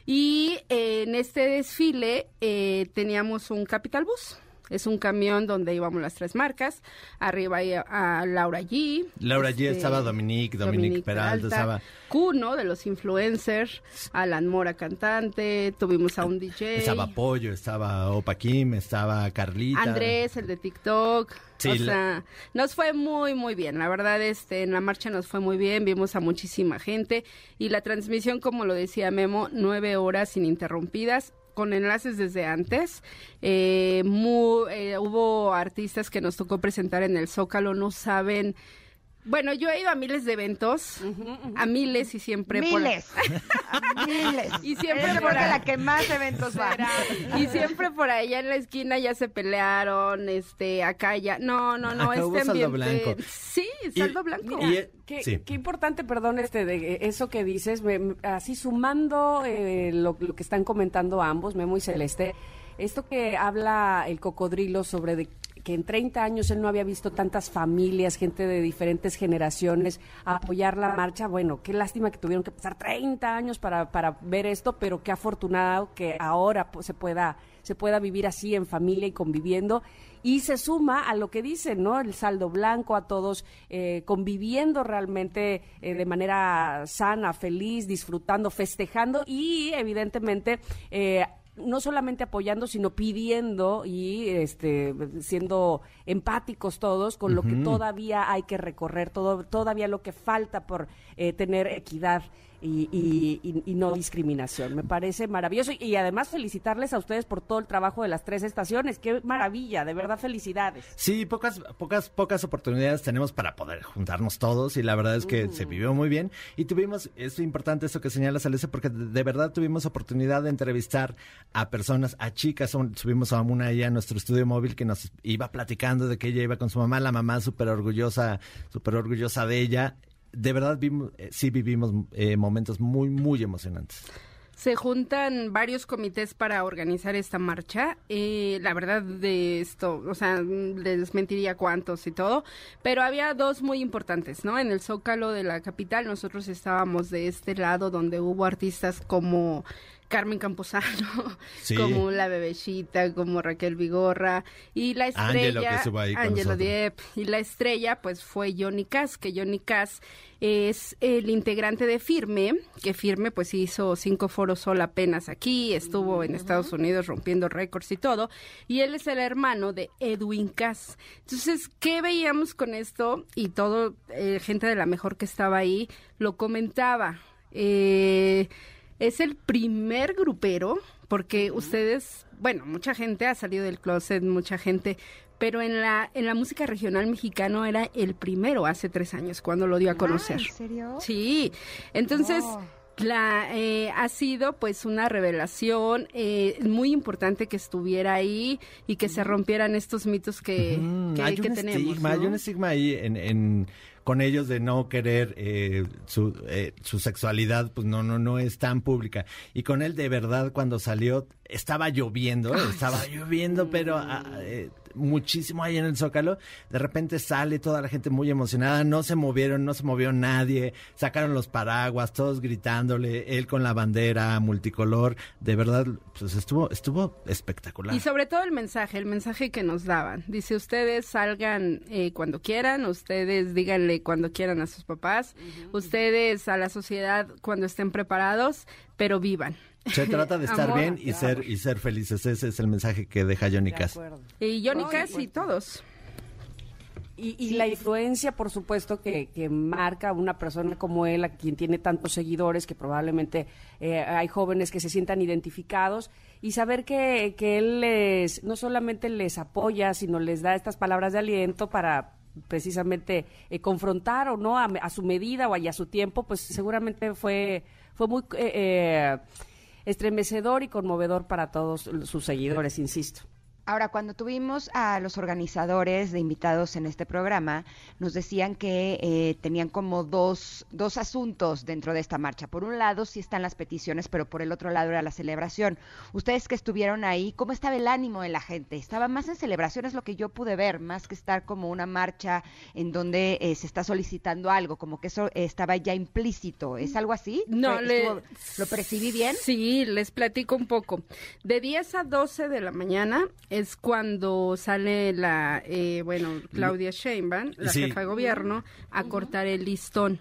y eh, en este desfile eh, teníamos un Capital Bus. Es un camión donde íbamos las tres marcas. Arriba hay a, a Laura G. Laura G, este, estaba Dominique, Dominique Peralta, estaba... Kuno, de los influencers, Alan Mora, cantante, tuvimos a un D J. Estaba Pollo, estaba Opa Kim, estaba Carlita. Andrés, el de TikTok. Sí, o la- sea, nos fue muy, muy bien. La verdad, este, en la marcha nos fue muy bien. Vimos a muchísima gente. Y la transmisión, como lo decía Memo, nueve horas ininterrumpidas, con enlaces desde antes. Eh, mu- eh, hubo artistas que nos tocó presentar en el Zócalo, no saben. Bueno, yo he ido a miles de eventos, a miles y siempre por- Miles. A miles. Y siempre Eres por creo que ahí. la que más eventos va. Y siempre por allá en la esquina ya se pelearon, este, acá ya. No, no, no, Acá hubo este saldo ambiente. blanco. Sí, Y- saldo blanco. y- Mira, qué, sí. qué importante, perdón, este de eh, eso que dices, me- me- así sumando eh, lo, lo que están comentando ambos, Memo y Celeste, esto que habla el Cocodrilo sobre de que en treinta años él no había visto tantas familias, gente de diferentes generaciones apoyar la marcha. Bueno, qué lástima que tuvieron que pasar treinta años para, para ver esto, pero qué afortunado que ahora pues, se pueda se pueda vivir así en familia y conviviendo. Y se suma a lo que dicen, ¿no? El saldo blanco, a todos eh, conviviendo realmente eh, de manera sana, feliz, disfrutando, festejando y evidentemente... Eh, no solamente apoyando, sino pidiendo y este siendo empáticos todos con uh-huh. lo que todavía hay que recorrer, todo todavía lo que falta por eh, tener equidad y, y, y, y no discriminación. Me parece maravilloso y, y además felicitarles a ustedes por todo el trabajo de las tres estaciones. Qué maravilla, de verdad, felicidades. Sí, pocas pocas pocas oportunidades tenemos para poder juntarnos todos y la verdad es que uh-huh. se vivió muy bien y tuvimos, es importante eso que señala Celeste, porque de, de verdad tuvimos oportunidad de entrevistar a personas, a chicas. Un, subimos a una allá a nuestro estudio móvil que nos iba platicando de que ella iba con su mamá, la mamá súper orgullosa, súper orgullosa de ella. De verdad vimos, eh, sí vivimos eh, momentos muy, muy emocionantes. Se juntan varios comités para organizar esta marcha. Eh, la verdad de esto, o sea, les mentiría cuántos y todo, pero había dos muy importantes, ¿no? En el Zócalo de la capital, nosotros estábamos de este lado donde hubo artistas como Carmen Campuzano, sí. como La Bebecita, como Raquel Vigorra, y la estrella, Ángelo Diep, y la estrella pues fue Johnny Cass, que Johnny Cass es el integrante de Firme, que Firme pues hizo cinco foros sol apenas aquí, estuvo en Estados Unidos rompiendo récords y todo, y él es el hermano de Edwin Cass. Entonces, ¿qué veíamos con esto? Y todo, eh, gente de la mejor que estaba ahí, lo comentaba, eh... es el primer grupero, porque uh-huh. ustedes, bueno, mucha gente ha salido del closet, mucha gente, pero en la en la música regional mexicano era el primero hace tres años cuando lo dio a conocer. ¿En serio? Sí, entonces Oh. la eh, ha sido pues una revelación eh, muy importante que estuviera ahí y que se rompieran estos mitos que, uh-huh. que, hay que un tenemos. Estigma, ¿no? Hay un estigma ahí en... en... con ellos de no querer eh, su, eh, su sexualidad, pues no no no es tan pública. Y con él de verdad cuando salió estaba lloviendo, Ay, estaba sí. lloviendo, pero a, eh, muchísimo ahí en el Zócalo. De repente sale toda la gente muy emocionada, no se movieron, no se movió nadie, sacaron los paraguas, todos gritándole, él con la bandera multicolor. De verdad, pues estuvo estuvo espectacular. Y sobre todo el mensaje, el mensaje que nos daban. Dice, ustedes salgan eh, cuando quieran, ustedes díganle cuando quieran a sus papás, uh-huh. ustedes a la sociedad cuando estén preparados, pero vivan. Se trata de estar Amor, bien y claro. ser y ser felices. Ese es el mensaje que deja Johnny Cass. Y Johnny Cass y todos. Y, y sí. la influencia, por supuesto, que, que marca una persona como él, a quien tiene tantos seguidores, que probablemente eh, hay jóvenes que se sientan identificados, y saber que, que él les no solamente les apoya, sino les da estas palabras de aliento para precisamente eh, confrontar o no a, a su medida o a su tiempo, pues seguramente fue fue muy eh, eh, estremecedor y conmovedor para todos sus seguidores, insisto. Ahora, cuando tuvimos a los organizadores de invitados en este programa, nos decían que eh, tenían como dos, dos asuntos dentro de esta marcha. Por un lado, sí están las peticiones, pero por el otro lado era la celebración. Ustedes que estuvieron ahí, ¿cómo estaba el ánimo de la gente? Estaba más en celebración, es lo que yo pude ver, más que estar como una marcha en donde eh, se está solicitando algo, como que eso eh, estaba ya implícito. ¿Es algo así? No, le... Estuvo, ¿lo percibí bien? Sí, les platico un poco. De diez a doce de la mañana es cuando sale la, eh, bueno, Claudia Sheinbaum, la sí. jefa de gobierno, a uh-huh. cortar el listón.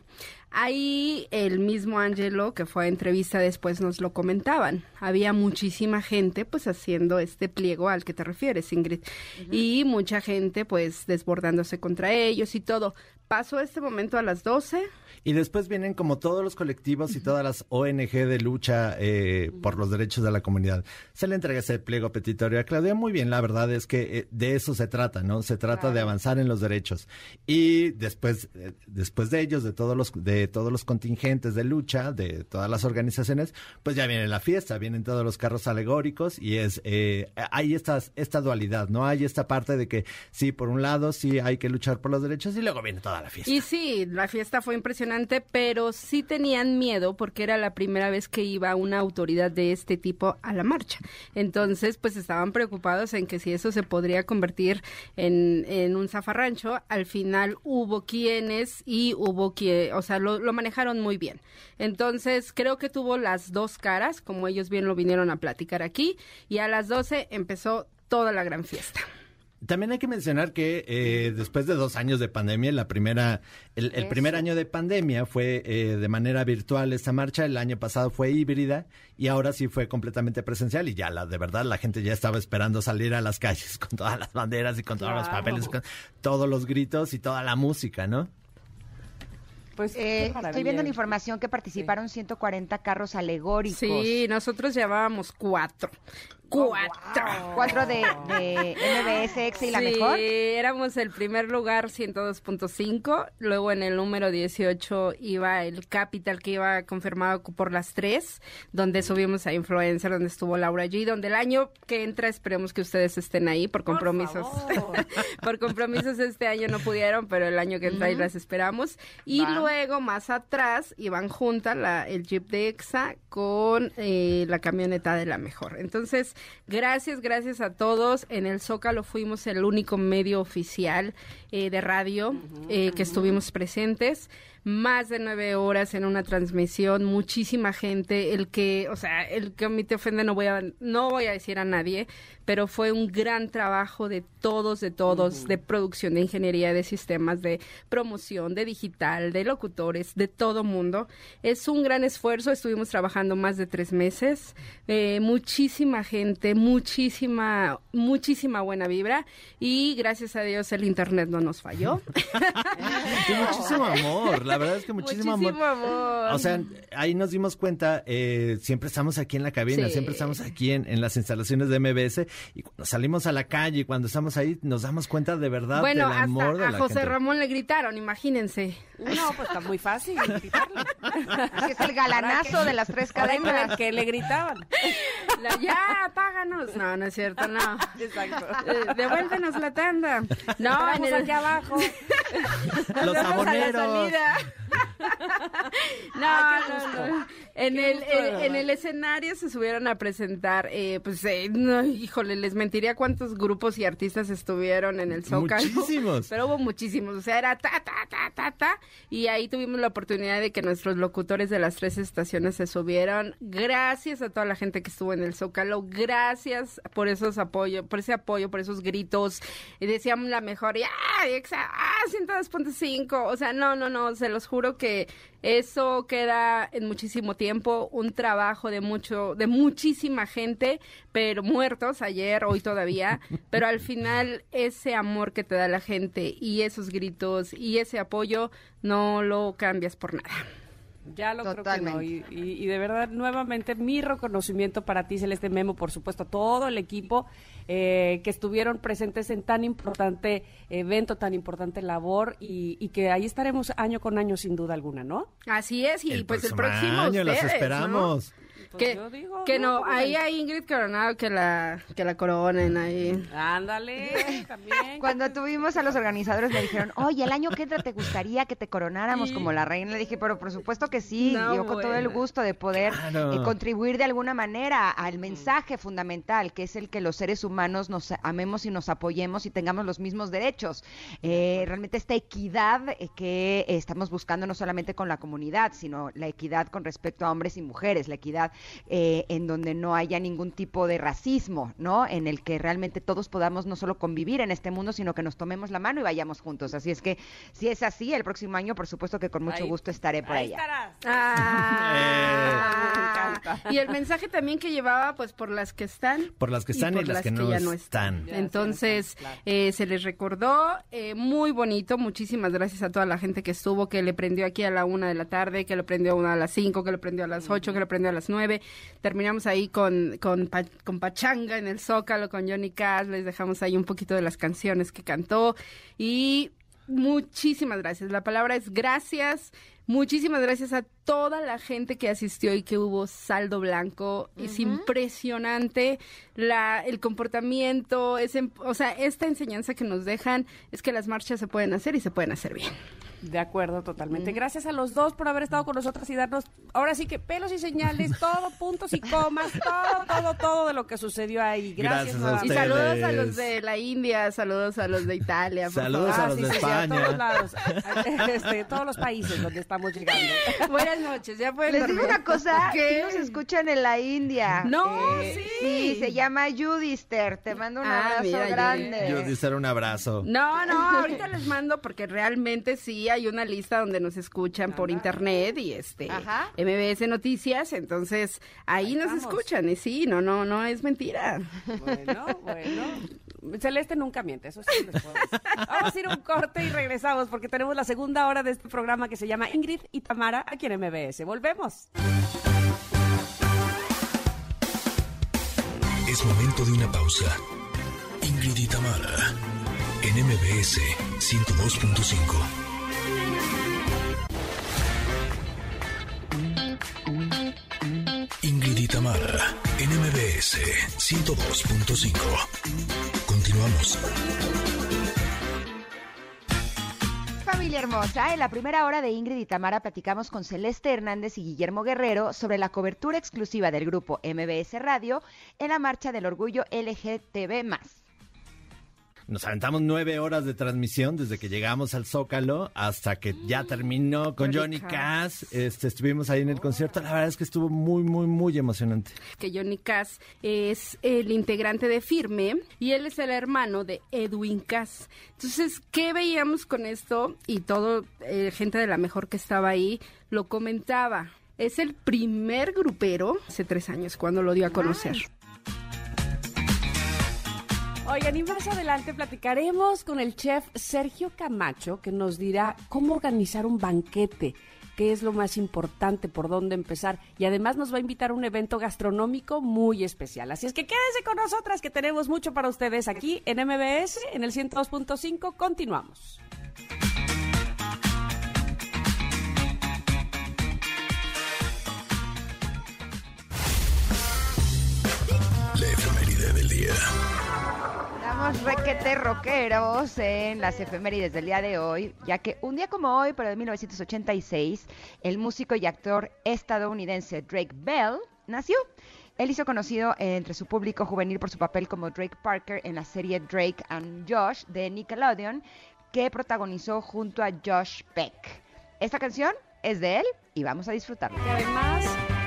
Ahí el mismo Ángelo, que fue a entrevista después, nos lo comentaban. Había muchísima gente, pues, haciendo este pliego al que te refieres, Ingrid. Uh-huh. Y mucha gente, pues, desbordándose contra ellos y todo. Pasó este momento a las doce. Y después vienen como todos los colectivos y todas las O N G de lucha eh, por los derechos de la comunidad. Se le entrega ese pliego petitorio a Claudia. Muy bien, la verdad es que eh, de eso se trata, ¿no? Se trata claro. de avanzar en los derechos. Y después eh, después de ellos, de todos los de todos los contingentes de lucha, de todas las organizaciones, pues ya viene la fiesta, vienen todos los carros alegóricos y es eh, hay esta, esta dualidad, ¿no? Hay esta parte de que sí, por un lado, sí hay que luchar por los derechos y luego viene toda la fiesta. Y sí, la fiesta fue impresionante, pero sí tenían miedo porque era la primera vez que iba una autoridad de este tipo a la marcha. Entonces, pues estaban preocupados en que si eso se podría convertir en, en un zafarrancho. Al final hubo quienes y hubo quien, o sea, lo, lo manejaron muy bien. Entonces, creo que tuvo las dos caras, como ellos bien lo vinieron a platicar aquí, y a las doce empezó toda la gran fiesta. También hay que mencionar que eh, después de dos años de pandemia, la primera, el, el primer año de pandemia fue eh, de manera virtual esta marcha, el año pasado fue híbrida y ahora sí fue completamente presencial y ya la de verdad la gente ya estaba esperando salir a las calles con todas las banderas y con todos claro. los papeles, con todos los gritos y toda la música, ¿no? Pues eh, estoy viendo la información que participaron sí. ciento cuarenta carros alegóricos. Sí, nosotros llevábamos cuatro. Cuatro. Oh, wow. Cuatro de, de M B S X y la sí, mejor. Sí, éramos el primer lugar, ciento dos punto cinco. Luego en el número dieciocho iba el Capital, que iba confirmado por las tres, donde subimos a Influencer, donde estuvo Laura G, donde el año que entra esperemos que ustedes estén ahí por compromisos. Por, por compromisos este año no pudieron, pero el año que entra uh-huh. ahí las esperamos. Y Va. luego más atrás iban juntas la, el Jeep de Exa con eh, la camioneta de la mejor. Entonces, gracias, gracias a todos. En el Zócalo fuimos el único medio oficial eh, de radio eh, que estuvimos presentes. Más de nueve horas en una transmisión, muchísima gente, el que, o sea, el que a mí te ofende no voy a, no voy a decir a nadie, pero fue un gran trabajo de todos, de todos, uh-huh. de producción, de ingeniería, de sistemas, de promoción, de digital, de locutores, de todo mundo. Es un gran esfuerzo, estuvimos trabajando más de tres meses, eh, muchísima gente, muchísima, muchísima buena vibra y gracias a Dios el internet no nos falló. Y muchísimo amor, la verdad es que muchísimo, muchísimo amor. amor. O sea, ahí nos dimos cuenta, eh, siempre estamos aquí en la cabina, sí. siempre estamos aquí en, en las instalaciones de M B S y cuando salimos a la calle, cuando estamos ahí, nos damos cuenta de verdad bueno, del amor hasta de la a José gente. Ramón le gritaron, imagínense. No, pues está muy fácil gritarle. Es el galanazo de las tres cadenas. Que le gritaban. La, ya, apáganos. No, no es cierto, no. Exacto. Eh, devuélvenos la tanda. No, en el... aquí abajo. Los aboneros. No, Ay, no, no. En Qué el gusto, en, en el escenario se subieron a presentar, eh, pues, eh, no, híjole, les mentiría cuántos grupos y artistas estuvieron en el Zócalo. Muchísimos. Pero hubo muchísimos, o sea, era ta, ta, ta, ta, ta, y ahí tuvimos la oportunidad de que nuestros locutores de las tres estaciones se subieron. Gracias a toda la gente que estuvo en el Zócalo, gracias por esos apoyos, por ese apoyo, por esos gritos, y decíamos la mejor, ya, ah, ciento dos punto cinco, o sea, no, no, no, se los juro que eso queda en muchísimo tiempo, un trabajo de mucho, de muchísima gente, pero muertos ayer, hoy todavía, pero al final ese amor que te da la gente y esos gritos y ese apoyo no lo cambias por nada. Ya lo Totalmente. creo que no, y, y, y de verdad, nuevamente, mi reconocimiento para ti, Celeste Memo, por supuesto, a todo el equipo eh, que estuvieron presentes en tan importante evento, tan importante labor, y, y que ahí estaremos año con año, sin duda alguna, ¿no? Así es, y el pues el próximo próximo año ustedes, los esperamos. ¿no? Que, yo digo, que no, no ahí hay Ingrid Coronado que la que la coronen ahí. Ándale, también. Cuando tuvimos a los organizadores me dijeron, oye, el año que entra te gustaría que te coronáramos sí. como la reina. Le dije, pero por supuesto que sí, no, yo con bueno. todo el gusto de poder claro. eh, contribuir de alguna manera al mensaje fundamental, que es el que los seres humanos nos amemos y nos apoyemos y tengamos los mismos derechos. Eh, realmente esta equidad eh, que eh, estamos buscando no solamente con la comunidad, sino la equidad con respecto a hombres y mujeres, la equidad Eh, en donde no haya ningún tipo de racismo, ¿no? En el que realmente todos podamos no solo convivir en este mundo, sino que nos tomemos la mano y vayamos juntos. Así es que, si es así, el próximo año, por supuesto que con mucho ahí, gusto estaré por ahí allá. Estarás. Ah, eh. Y el mensaje también que llevaba, pues, por las que están. Por las que están y, y las, las que, que no ya no están. están. Entonces, claro. eh, se les recordó, eh, muy bonito. Muchísimas gracias a toda la gente que estuvo, que le prendió aquí a la una de la tarde, que le prendió a una a las cinco, que le prendió a las ocho, que le prendió a las nueve. Terminamos ahí con, con, con Pachanga en el Zócalo, con Johnny Cash, les dejamos ahí un poquito de las canciones que cantó y muchísimas gracias. La palabra es gracias. Muchísimas gracias a toda la gente que asistió y que hubo saldo blanco. Uh-huh. Es impresionante la el comportamiento, es, o sea, esta enseñanza que nos dejan es que las marchas se pueden hacer y se pueden hacer bien. De acuerdo, totalmente. Mm. Gracias a los dos por haber estado con nosotras y darnos, ahora sí que pelos y señales, todo, puntos y comas, todo, todo, todo de lo que sucedió ahí. Gracias. Gracias a y saludos a los de la India, saludos a los de Italia. Por saludos favor. a los ah, sí, de sí, España. Sí, a todos lados, este, todos los países donde estamos estamos llegando. Buenas noches, ya pueden Les dormir. digo una cosa, ¿Qué? sí nos escuchan en la India. No, Eh, sí. Sí, se llama Judister, te mando un Ah, abrazo mira, grande. Yo dice un abrazo. No, no, ahorita les mando porque realmente sí hay una lista donde nos escuchan por internet y este Ajá. M B S Noticias, entonces ahí, Ahí nos estamos. escuchan y sí, no, no, no es mentira. Bueno, bueno. Celeste nunca miente, eso sí les puedo decir. Vamos a ir a un corte y regresamos porque tenemos la segunda hora de este programa que se llama Ingrid y Tamara aquí en M B S. Volvemos. Es momento de una pausa. Ingrid y Tamara en M B S ciento dos punto cinco. Ingrid y Tamara en M B S ciento dos punto cinco. Continuamos. Familia hermosa, en la primera hora de Ingrid y Tamara platicamos con Celeste Hernández y Guillermo Guerrero sobre la cobertura exclusiva del grupo M B S Radio en la Marcha del Orgullo L G T B más. Nos aventamos nueve horas de transmisión desde que llegamos al Zócalo hasta que ya terminó con Johnny Johnny Cass. Este, estuvimos ahí en el concierto. La verdad es que estuvo muy, muy, muy emocionante. Que Johnny Cass es el integrante de Firme y él es el hermano de Edwin Cass. Entonces, ¿qué veíamos con esto? Y todo, eh, gente de la mejor que estaba ahí, lo comentaba. Es el primer grupero hace tres años cuando lo dio a conocer. Oigan, y más adelante platicaremos con el chef Sergio Camacho, que nos dirá cómo organizar un banquete, qué es lo más importante, por dónde empezar, y además nos va a invitar a un evento gastronómico muy especial. Así es que quédense con nosotras, que tenemos mucho para ustedes aquí en M B S, en el ciento dos punto cinco. Continuamos. La efeméride del día. Estamos requete rockeros en las efemérides del día de hoy, ya que un día como hoy, pero de mil novecientos ochenta y seis, el músico y actor estadounidense Drake Bell nació. Él hizo conocido entre su público juvenil por su papel como Drake Parker en la serie Drake and Josh de Nickelodeon, que protagonizó junto a Josh Peck. Esta canción es de él y vamos a disfrutarla. Y además,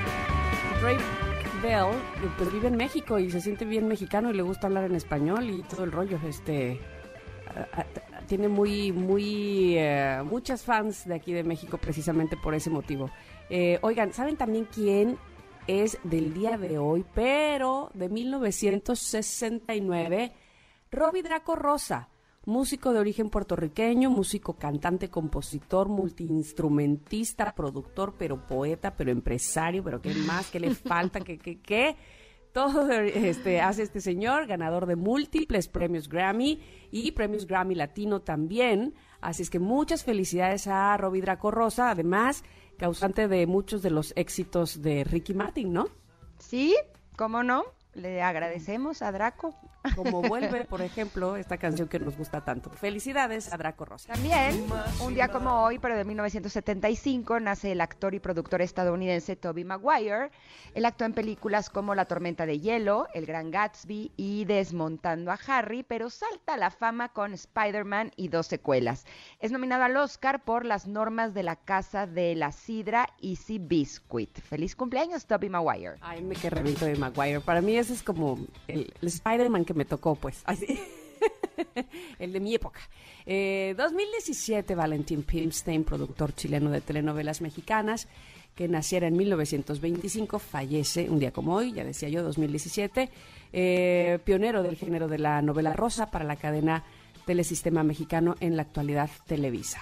Drake Bell pues vive en México y se siente bien mexicano y le gusta hablar en español y todo el rollo. Este a, a, tiene muy, muy uh, muchas fans de aquí de México precisamente por ese motivo. Eh, oigan, ¿saben también quién es del día de hoy, pero de mil novecientos sesenta y nueve? Robbie Draco Rosa, músico de origen puertorriqueño, músico, cantante, compositor, multiinstrumentista, productor, pero poeta, pero empresario, pero qué más, qué le falta, qué, qué, qué. Todo este, hace este señor, ganador de múltiples premios Grammy y premios Grammy Latino también. Así es que muchas felicidades a Robbie Draco Rosa, además causante de muchos de los éxitos de Ricky Martin, ¿no? Sí, ¿cómo no? Le agradecemos a Draco. Como Vuelve, por ejemplo, esta canción que nos gusta tanto. Felicidades a Draco Rosa. También, un día como hoy, pero de mil novecientos setenta y cinco, nace el actor y productor estadounidense Tobey Maguire. Él actuó en películas como La tormenta de hielo, El gran Gatsby y Desmontando a Harry, pero salta a la fama con Spider-Man y dos secuelas. Es nominado al Oscar por Las normas de la casa de la sidra Easy Biscuit. Feliz cumpleaños, Tobey Maguire. Ay, me que reviento de Maguire. Para mí ese es como el, el Spider-Man que me tocó, pues. Ay, sí. El de mi época. Eh, dos mil diecisiete, Valentín Pimstein, productor chileno de telenovelas mexicanas, que naciera en mil novecientos veinticinco, fallece un día como hoy, ya decía yo, dos mil diecisiete, eh, pionero del género de la novela rosa para la cadena Telesistema Mexicano, en la actualidad Televisa.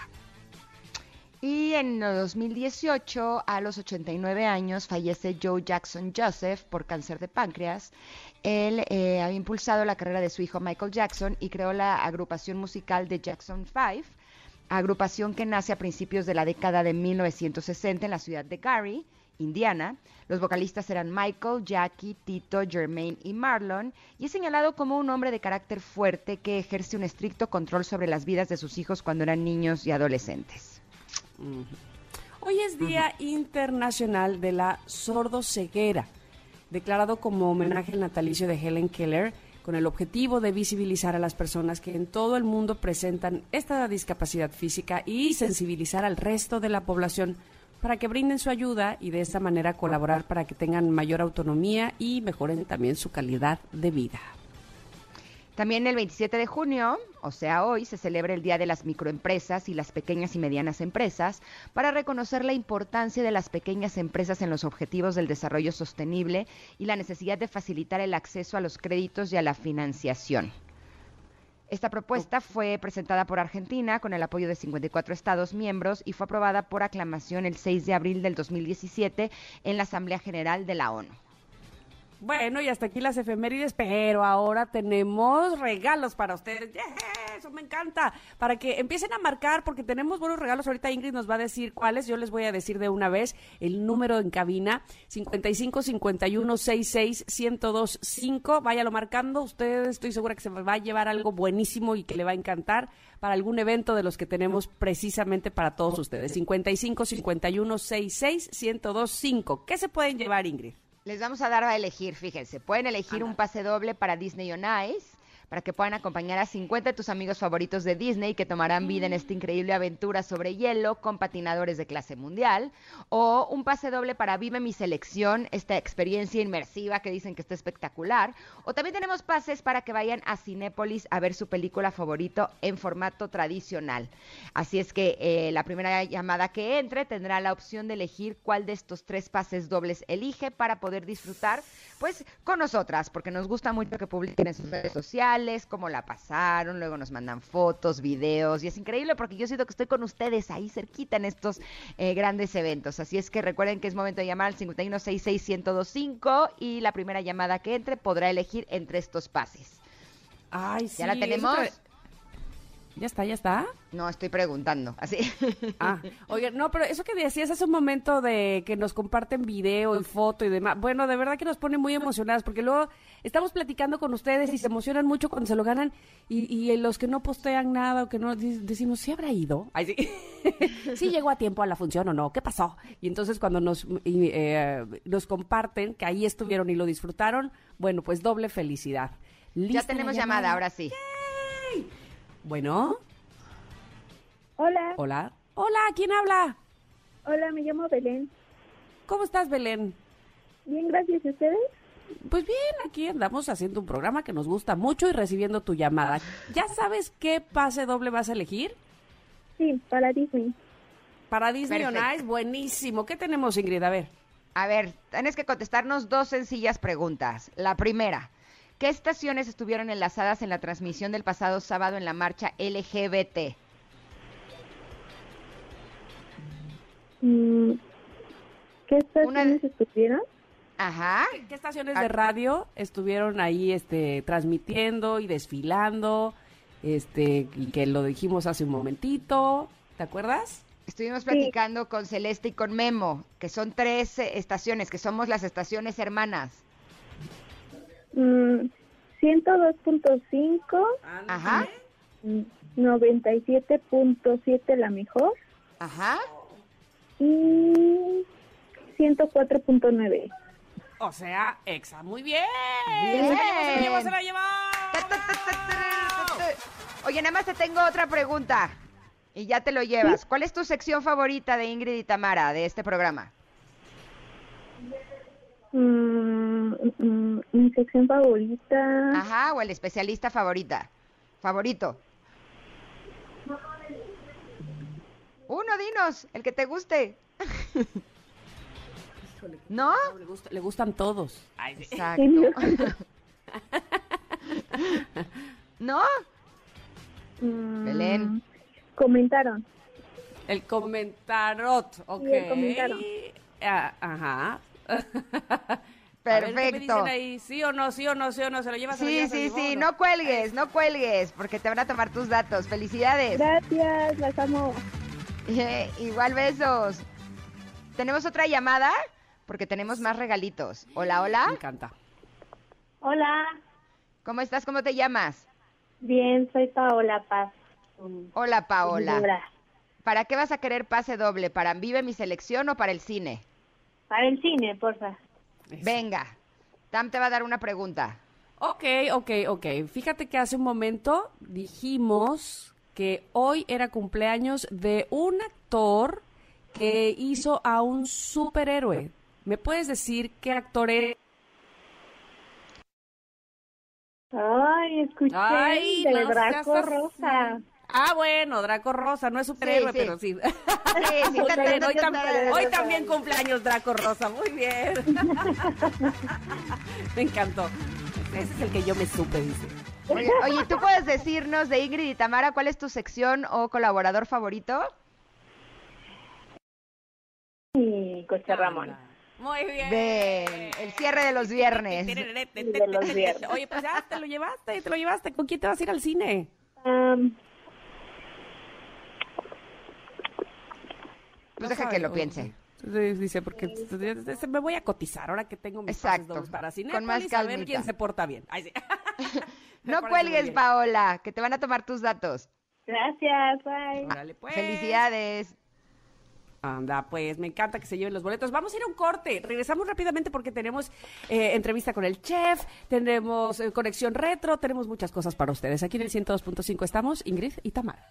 Y en dos mil dieciocho, a los ochenta y nueve años, fallece Joe Jackson Joseph por cáncer de páncreas. Él eh, había impulsado la carrera de su hijo Michael Jackson y creó la agrupación musical de Jackson Five, agrupación que nace a principios de la década de mil novecientos sesenta en la ciudad de Gary, Indiana. Los vocalistas eran Michael, Jackie, Tito, Jermaine y Marlon, y es señalado como un hombre de carácter fuerte que ejerce un estricto control sobre las vidas de sus hijos cuando eran niños y adolescentes. Uh-huh. Hoy es Día uh-huh. Internacional de la Sordoceguera, declarado como homenaje al natalicio de Helen Keller, con el objetivo de visibilizar a las personas que en todo el mundo presentan esta discapacidad física y sensibilizar al resto de la población para que brinden su ayuda y de esta manera colaborar para que tengan mayor autonomía y mejoren también su calidad de vida. También el veintisiete de junio, o sea hoy, se celebra el Día de las Microempresas y las Pequeñas y Medianas Empresas para reconocer la importancia de las pequeñas empresas en los objetivos del desarrollo sostenible y la necesidad de facilitar el acceso a los créditos y a la financiación. Esta propuesta fue presentada por Argentina con el apoyo de cincuenta y cuatro estados miembros y fue aprobada por aclamación el seis de abril del dos mil diecisiete en la Asamblea General de la ONU. Bueno, y hasta aquí las efemérides, pero ahora tenemos regalos para ustedes. ¡Yeah! Eso me encanta. Para que empiecen a marcar, porque tenemos buenos regalos. Ahorita Ingrid nos va a decir cuáles. Yo les voy a decir de una vez el número en cabina, cincuenta y cinco, cincuenta y uno, sesenta y seis, ciento dos, cinco. Váyalo marcando. Usted, estoy segura que se va a llevar algo buenísimo y que le va a encantar para algún evento de los que tenemos precisamente para todos ustedes. cincuenta y cinco, cincuenta y uno, sesenta y seis, ciento dos, cinco. ¿Qué se pueden llevar, Ingrid? Les vamos a dar a elegir, fíjense, pueden elegir un pase doble para Disney on Ice, para que puedan acompañar a cincuenta de tus amigos favoritos de Disney que tomarán vida en esta increíble aventura sobre hielo con patinadores de clase mundial, o un pase doble para Vive mi Selección, esta experiencia inmersiva que dicen que está espectacular, o también tenemos pases para que vayan a Cinépolis a ver su película favorito en formato tradicional. Así es que eh, la primera llamada que entre tendrá la opción de elegir cuál de estos tres pases dobles elige para poder disfrutar pues con nosotras, porque nos gusta mucho que publiquen en sus redes sociales cómo la pasaron, luego nos mandan fotos, videos, y es increíble porque yo siento que estoy con ustedes ahí cerquita en estos eh, grandes eventos. Así es que recuerden que es momento de llamar al cincuenta y uno, sesenta y seis, ciento dos, cinco y la primera llamada que entre podrá elegir entre estos pases. Ay, sí. ¿Ya la tenemos? Te... ¿Ya está, ya está? No, estoy preguntando, así. Ah, oye, no, pero eso que decías hace un momento de que nos comparten video y foto y demás, bueno, de verdad que nos pone muy emocionadas, porque luego estamos platicando con ustedes y se emocionan mucho cuando se lo ganan, y, y los que no postean nada o que no, decimos, ¿sí habrá ido? Ay, sí. ¿Sí llegó a tiempo a la función o no? ¿Qué pasó? Y entonces cuando nos, eh, nos comparten que ahí estuvieron y lo disfrutaron, bueno, pues doble felicidad. Ya tenemos llamada? llamada, ahora sí. ¡Yay! Bueno. Hola. Hola. Hola, ¿quién habla? Hola, me llamo Belén. ¿Cómo estás, Belén? Bien, gracias. ¿Y ustedes? Pues bien, aquí andamos haciendo un programa que nos gusta mucho y recibiendo tu llamada. ¿Ya sabes qué pase doble vas a elegir? Sí, para Disney. Para Disney on Ice, buenísimo. ¿Qué tenemos, Ingrid? A ver. A ver, tienes que contestarnos dos sencillas preguntas. La primera, ¿qué estaciones estuvieron enlazadas en la transmisión del pasado sábado en la marcha L G B T? ¿Qué estaciones Una... estuvieron? Ajá. ¿Qué estaciones de radio estuvieron ahí este, transmitiendo y desfilando? Este, y que lo dijimos hace un momentito. ¿Te acuerdas? Estuvimos platicando sí. con Celeste y con Memo, que son tres eh, estaciones, que somos las estaciones hermanas. Mm, ciento dos punto cinco. Ajá. noventa y siete punto siete la mejor. Ajá. Y ciento cuatro punto nueve. O sea, Exa. Muy bien. Bien. Se la llevó, se la llevó. Oye, nada más te tengo otra pregunta. Y ya te lo llevas. ¿Sí? ¿Cuál es tu sección favorita de Ingrid y Tamara de este programa? Mm, mm, mi sección favorita. Ajá, o el especialista favorita. Favorito. Uno, dinos, el que te guste. ¿No? Le, gusta, le gustan todos. Ay, sí. Exacto. ¿No? Mm, Belén. Comentaron. El comentarot, ok. Sí, el comentaron. Ah, ajá. Perfecto. Ver, ¿qué me dicen ahí? ¿Sí o no, sí o no, sí o no? ¿Se lo llevas? Sí, se lo llevas, sí, se sí, llevó, no cuelgues, no cuelgues, porque te van a tomar tus datos. Felicidades. Gracias, las amo. Eh, igual besos. ¿Tenemos otra llamada? Porque tenemos más regalitos. Hola, hola. Me encanta. Hola. ¿Cómo estás? ¿Cómo te llamas? Bien, soy Paola Paz. Hola, Paola. ¿Para qué vas a querer pase doble? ¿Para Vive mi Selección o para el cine? Para el cine, porfa. Venga. Tam te va a dar una pregunta. Ok, ok, ok. Fíjate que hace un momento dijimos que hoy era cumpleaños de un actor que hizo a un superhéroe. ¿Me puedes decir qué actor es? Ay, escuché Ay, de no Draco seas Rosa. así. Ah, bueno, Draco Rosa, no es superhéroe, Sí, sí. pero sí. Sí, sí, Muy te bien, entiendo, hoy, te tam- entiendo. hoy también cumpleaños Draco Rosa, muy bien. Me encantó. Ese es el que yo me supe, dice. Oye, oye, ¿tú puedes decirnos de Ingrid y Tamara cuál es tu sección o colaborador favorito? Y Coche Ramón. Muy bien. Ven, el cierre de los viernes. De los viernes. Oye, pues ya te lo llevaste, te lo llevaste. ¿Con quién te vas a ir al cine? Um, Pues deja que lo piense. Dice, porque me voy a cotizar ahora que tengo mis pases Exacto. dobles para cine. Con más a ver calmita. quién se porta bien. Ay, sí. Me No parece muy cuelgues, bien. Paola, que te van a tomar tus datos. gracias, bye. Órale, pues. Felicidades. Anda, pues me encanta que se lleven los boletos. Vamos a ir a un corte. Regresamos rápidamente porque tenemos eh, entrevista con el chef, tenemos eh, conexión retro, tenemos muchas cosas para ustedes. Aquí en el ciento dos punto cinco estamos Ingrid y Tamara.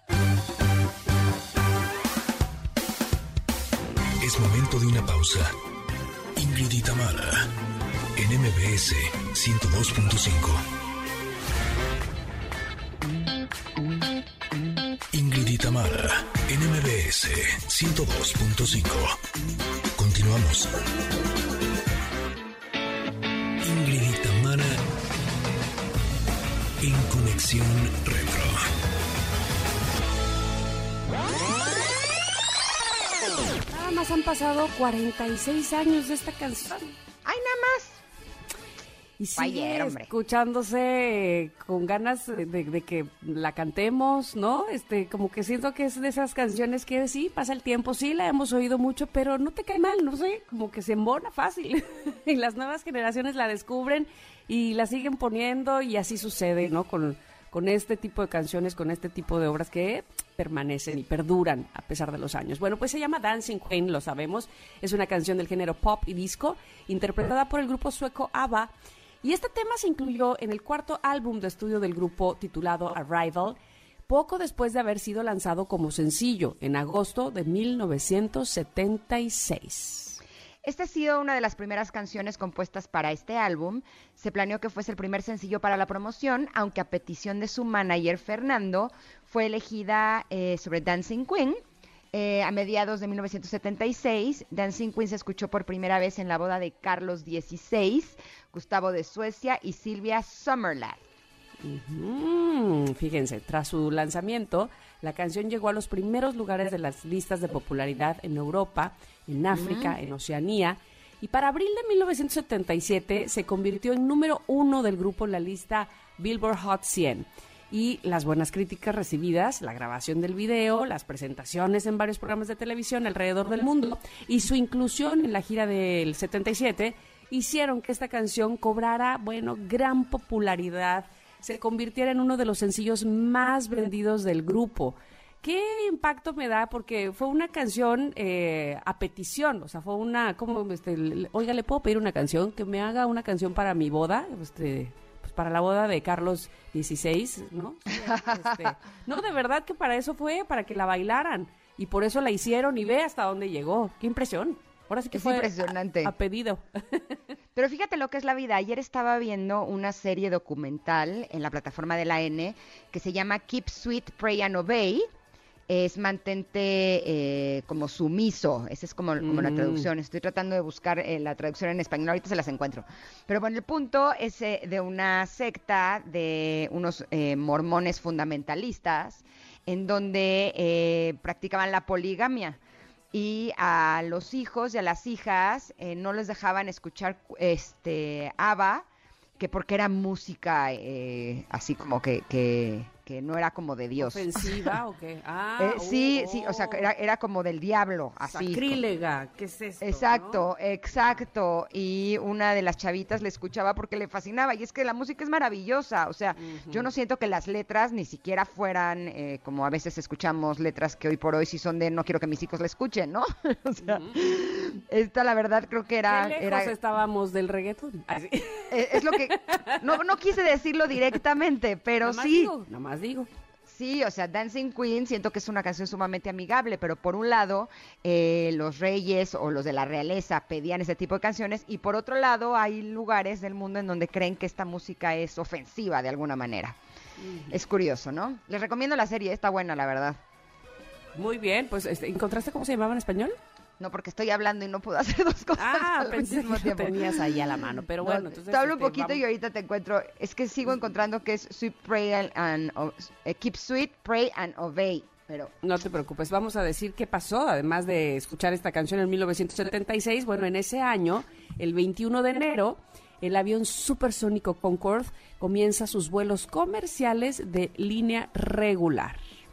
Es momento de una pausa. Ingrid y Tamara, en M B S ciento dos punto cinco. Ingrid y Tamara, en M B S ciento dos punto cinco. Continuamos. Ingrid y Tamara, en Conexión Retro. Nada más han pasado cuarenta y seis años de esta canción. Ay, nada más. Y Fue sigue ayer, hombre. escuchándose eh, con ganas de, de que la cantemos, ¿no? Este, como que siento que es de esas canciones que sí, pasa el tiempo, sí, la hemos oído mucho, pero no te cae mal, no sé, como que se embona fácil. Y las nuevas generaciones la descubren y la siguen poniendo y así sucede, ¿no? Con, con este tipo de canciones, con este tipo de obras que permanecen y perduran a pesar de los años. Bueno, pues se llama Dancing Queen, lo sabemos, es una canción del género pop y disco, interpretada por el grupo sueco ABBA. Y este tema se incluyó en el cuarto álbum de estudio del grupo titulado Arrival, poco después de haber sido lanzado como sencillo en agosto de mil novecientos setenta y seis. Esta ha sido una de las primeras canciones compuestas para este álbum. Se planeó que fuese el primer sencillo para la promoción, aunque a petición de su manager Fernando fue elegida eh, sobre Dancing Queen. Eh, a mediados de mil novecientos setenta y seis, Dancing Queen se escuchó por primera vez en la boda de Carlos dieciséis, Gustavo de Suecia y Silvia Sommerlath. Uh-huh. Fíjense, tras su lanzamiento, la canción llegó a los primeros lugares de las listas de popularidad en Europa, en África, uh-huh. en Oceanía, y para abril de mil novecientos setenta y siete se convirtió en número uno del grupo en la lista Billboard Hot cien. Y las buenas críticas recibidas, la grabación del video, las presentaciones en varios programas de televisión alrededor del mundo y su inclusión en la gira del setenta y siete hicieron que esta canción cobrara, bueno, gran popularidad, se convirtiera en uno de los sencillos más vendidos del grupo. ¿Qué impacto me da? Porque fue una canción eh, a petición, o sea, fue una, como, este, oiga, ¿le puedo pedir una canción? Que me haga una canción para mi boda, este... para la boda de Carlos dieciséis, ¿no? Este, no, de verdad que para eso fue, para que la bailaran. Y por eso la hicieron y ve hasta dónde llegó. ¡Qué impresión! Ahora sí que es fue impresionante. A, a pedido. Pero fíjate lo que es la vida. Ayer estaba viendo una serie documental en la plataforma de la N que se llama Keep Sweet, Pray and Obey. Es mantente eh, como sumiso, esa es como, como mm. la traducción. Estoy tratando de buscar eh, la traducción en español, ahorita se las encuentro. Pero bueno, el punto es eh, de una secta de unos eh, mormones fundamentalistas en donde eh, practicaban la poligamia y a los hijos y a las hijas eh, no les dejaban escuchar este ABBA, que porque era música eh, así como que... que que no era como de Dios. ¿Ofensiva o qué? Ah, eh, sí, oh, sí, o sea, era, era como del diablo, así. Sacrílega, ¿qué es esto? Exacto, ¿no? exacto. Y una de las chavitas le escuchaba porque le fascinaba. Y es que la música es maravillosa. O sea, uh-huh. yo no siento que las letras ni siquiera fueran eh, como a veces escuchamos letras que hoy por hoy sí son de no quiero que mis hijos la escuchen, ¿no? O sea, uh-huh. esta la verdad creo que era... ¿Qué lejos era estábamos del reggaetón? Así. Es, es lo que... No, no quise decirlo directamente, pero nomás sí. Digo, nomás digo. Sí, o sea, Dancing Queen siento que es una canción sumamente amigable, pero por un lado, eh, los reyes o los de la realeza pedían ese tipo de canciones, y por otro lado, hay lugares del mundo en donde creen que esta música es ofensiva de alguna manera. Uh-huh. Es curioso, ¿no? Les recomiendo la serie, está buena, la verdad. Muy bien, pues, este, ¿encontraste cómo se llamaba en español? No, porque estoy hablando y no puedo hacer dos cosas ah, al pensé mismo que tiempo. Tenías ahí a la mano, pero bueno. No, entonces te hablo este, un poquito vamos... y ahorita te encuentro. Es que sigo encontrando que es Sweet Pray and, and uh, Keep Sweet, Pray and Obey. Pero... No te preocupes, vamos a decir qué pasó, además de escuchar esta canción en mil novecientos setenta y seis. Bueno, en ese año, el veintiuno de enero, el avión supersónico Concorde comienza sus vuelos comerciales de línea regular.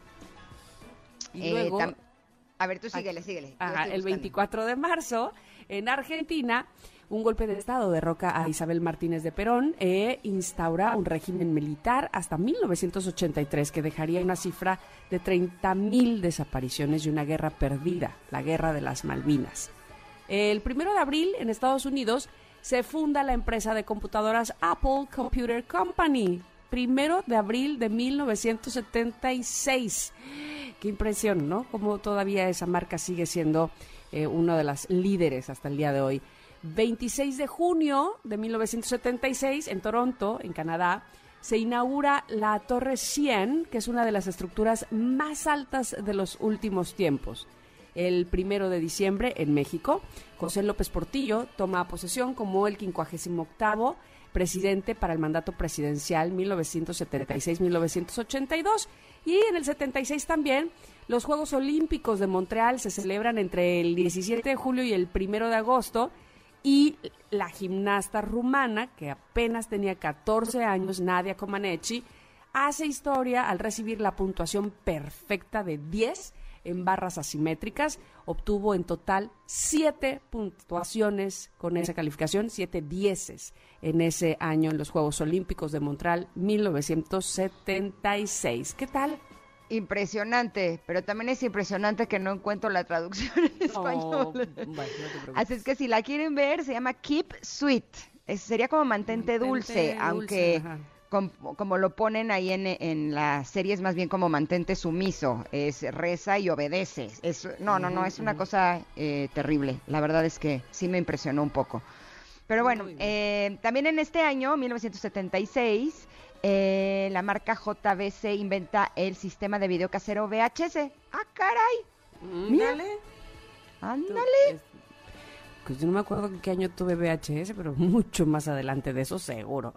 Y eh, luego... Tam- A ver, tú síguele, síguele. Ajá, el veinticuatro de marzo, en Argentina, un golpe de Estado derroca a Isabel Martínez de Perón e instaura un régimen militar hasta mil novecientos ochenta y tres, que dejaría una cifra de treinta mil desapariciones y una guerra perdida, la Guerra de las Malvinas. El primero de abril, en Estados Unidos, se funda la empresa de computadoras Apple Computer Company. Primero de abril de mil novecientos setenta y seis. Qué impresión, ¿no? Como todavía esa marca sigue siendo eh, una de las líderes hasta el día de hoy. veintiséis de junio de mil novecientos setenta y seis, en Toronto, en Canadá, se inaugura la Torre cien, que es una de las estructuras más altas de los últimos tiempos. El primero de diciembre, en México, José López Portillo toma posesión como el quincuagésimo octavo presidente para el mandato presidencial mil novecientos setenta y seis a mil novecientos ochenta y dos. Y en el setenta y seis también, los Juegos Olímpicos de Montreal se celebran entre el diecisiete de julio y el primero de agosto. Y la gimnasta rumana, que apenas tenía catorce años, Nadia Comaneci, hace historia al recibir la puntuación perfecta de diez en barras asimétricas. Obtuvo en total siete puntuaciones con esa calificación, siete dieces en ese año en los Juegos Olímpicos de Montreal mil novecientos setenta y seis. ¿Qué tal? Impresionante, pero también es impresionante que no encuentro la traducción en español. Oh, bueno, no te preocupes. Así es que si la quieren ver, se llama Keep Sweet. Es, sería como mantente, mantente dulce, dulce, aunque com, como lo ponen ahí en, en la serie es más bien como mantente sumiso. Es reza y obedece. Es, no, no, no, es una cosa eh, terrible. La verdad es que sí me impresionó un poco. Pero bueno, eh, también en este año, mil novecientos setenta y seis... Eh, la marca J B C inventa el sistema de video casero V H S. ¡Ah, caray! Mírale. Ándale. Pues yo no me acuerdo en qué año tuve V H S, pero mucho más adelante de eso, seguro.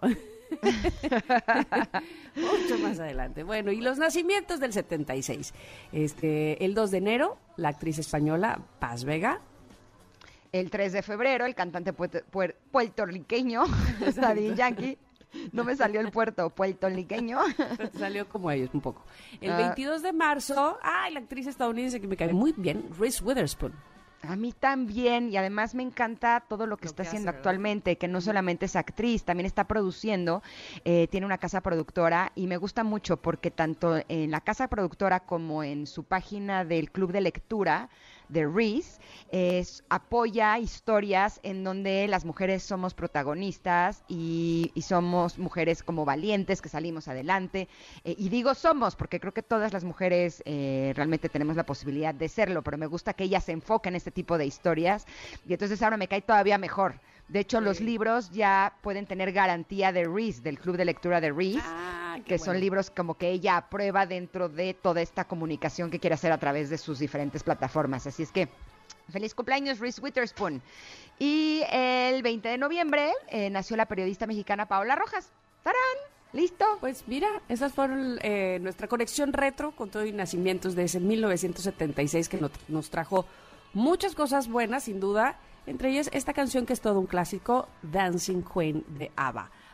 Mucho más adelante. Bueno, y los nacimientos del setenta y seis. Este, el dos de enero, la actriz española Paz Vega. El tres de febrero, el cantante puerto, puer, puertorriqueño, Daddy Yankee. No me salió el puerto puertorriqueño. Salió como ellos, un poco. El veintidós de marzo, ay, la actriz estadounidense que me cae muy bien, Reese Witherspoon. A mí también, y además me encanta todo lo que lo está que haciendo hace, actualmente, que no solamente es actriz, también está produciendo, eh, tiene una casa productora, y me gusta mucho porque tanto en la casa productora como en su página del club de lectura de Reese, eh, apoya historias en donde las mujeres somos protagonistas y, y somos mujeres como valientes que salimos adelante, eh, y digo somos porque creo que todas las mujeres eh, realmente tenemos la posibilidad de serlo, pero me gusta que ella se enfoque en este tipo de historias, y entonces ahora me cae todavía mejor. De hecho, sí. Los libros ya pueden tener garantía de Reese, del club de lectura de Reese, ah, que bueno. Son libros como que ella aprueba dentro de toda esta comunicación que quiere hacer a través de sus diferentes plataformas. Así es que, feliz cumpleaños, Reese Witherspoon. Y el veinte de noviembre eh, nació la periodista mexicana Paola Rojas. ¡Tarán! ¿Listo? Pues mira, esas fueron eh, nuestra conexión retro con todo y nacimientos de ese mil novecientos setenta y seis que nos, nos trajo muchas cosas buenas, sin duda. Entre ellas, esta canción que es todo un clásico, Dancing Queen de ABBA.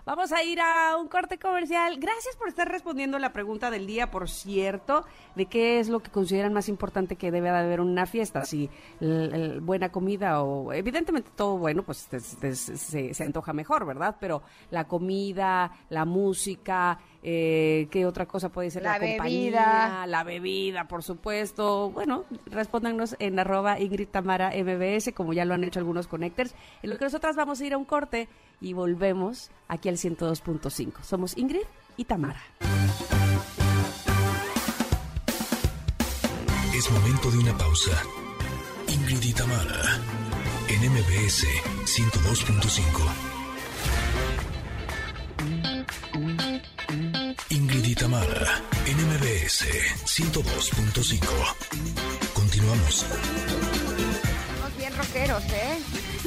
Vamos a ir a un corte comercial. Gracias por estar respondiendo la pregunta del día, por cierto, de qué es lo que consideran más importante que debe de haber en una fiesta. Si el, el, buena comida o evidentemente todo bueno, pues es, es, se, se antoja mejor, ¿verdad? Pero la comida, la música, eh, ¿qué otra cosa puede ser? La, la bebida. compañía, la bebida, por supuesto. Bueno, respóndanos en arroba Ingrid Tamara M B S, como ya lo han hecho algunos connectors. En lo que nosotras vamos a ir a un corte y volvemos aquí al ciento dos punto cinco. Somos Ingrid y Tamara. Es momento de una pausa. Ingrid y Tamara en M B S ciento dos punto cinco. Ingrid y Tamara en M B S ciento dos punto cinco. Continuamos. Estamos bien rockeros, ¿eh?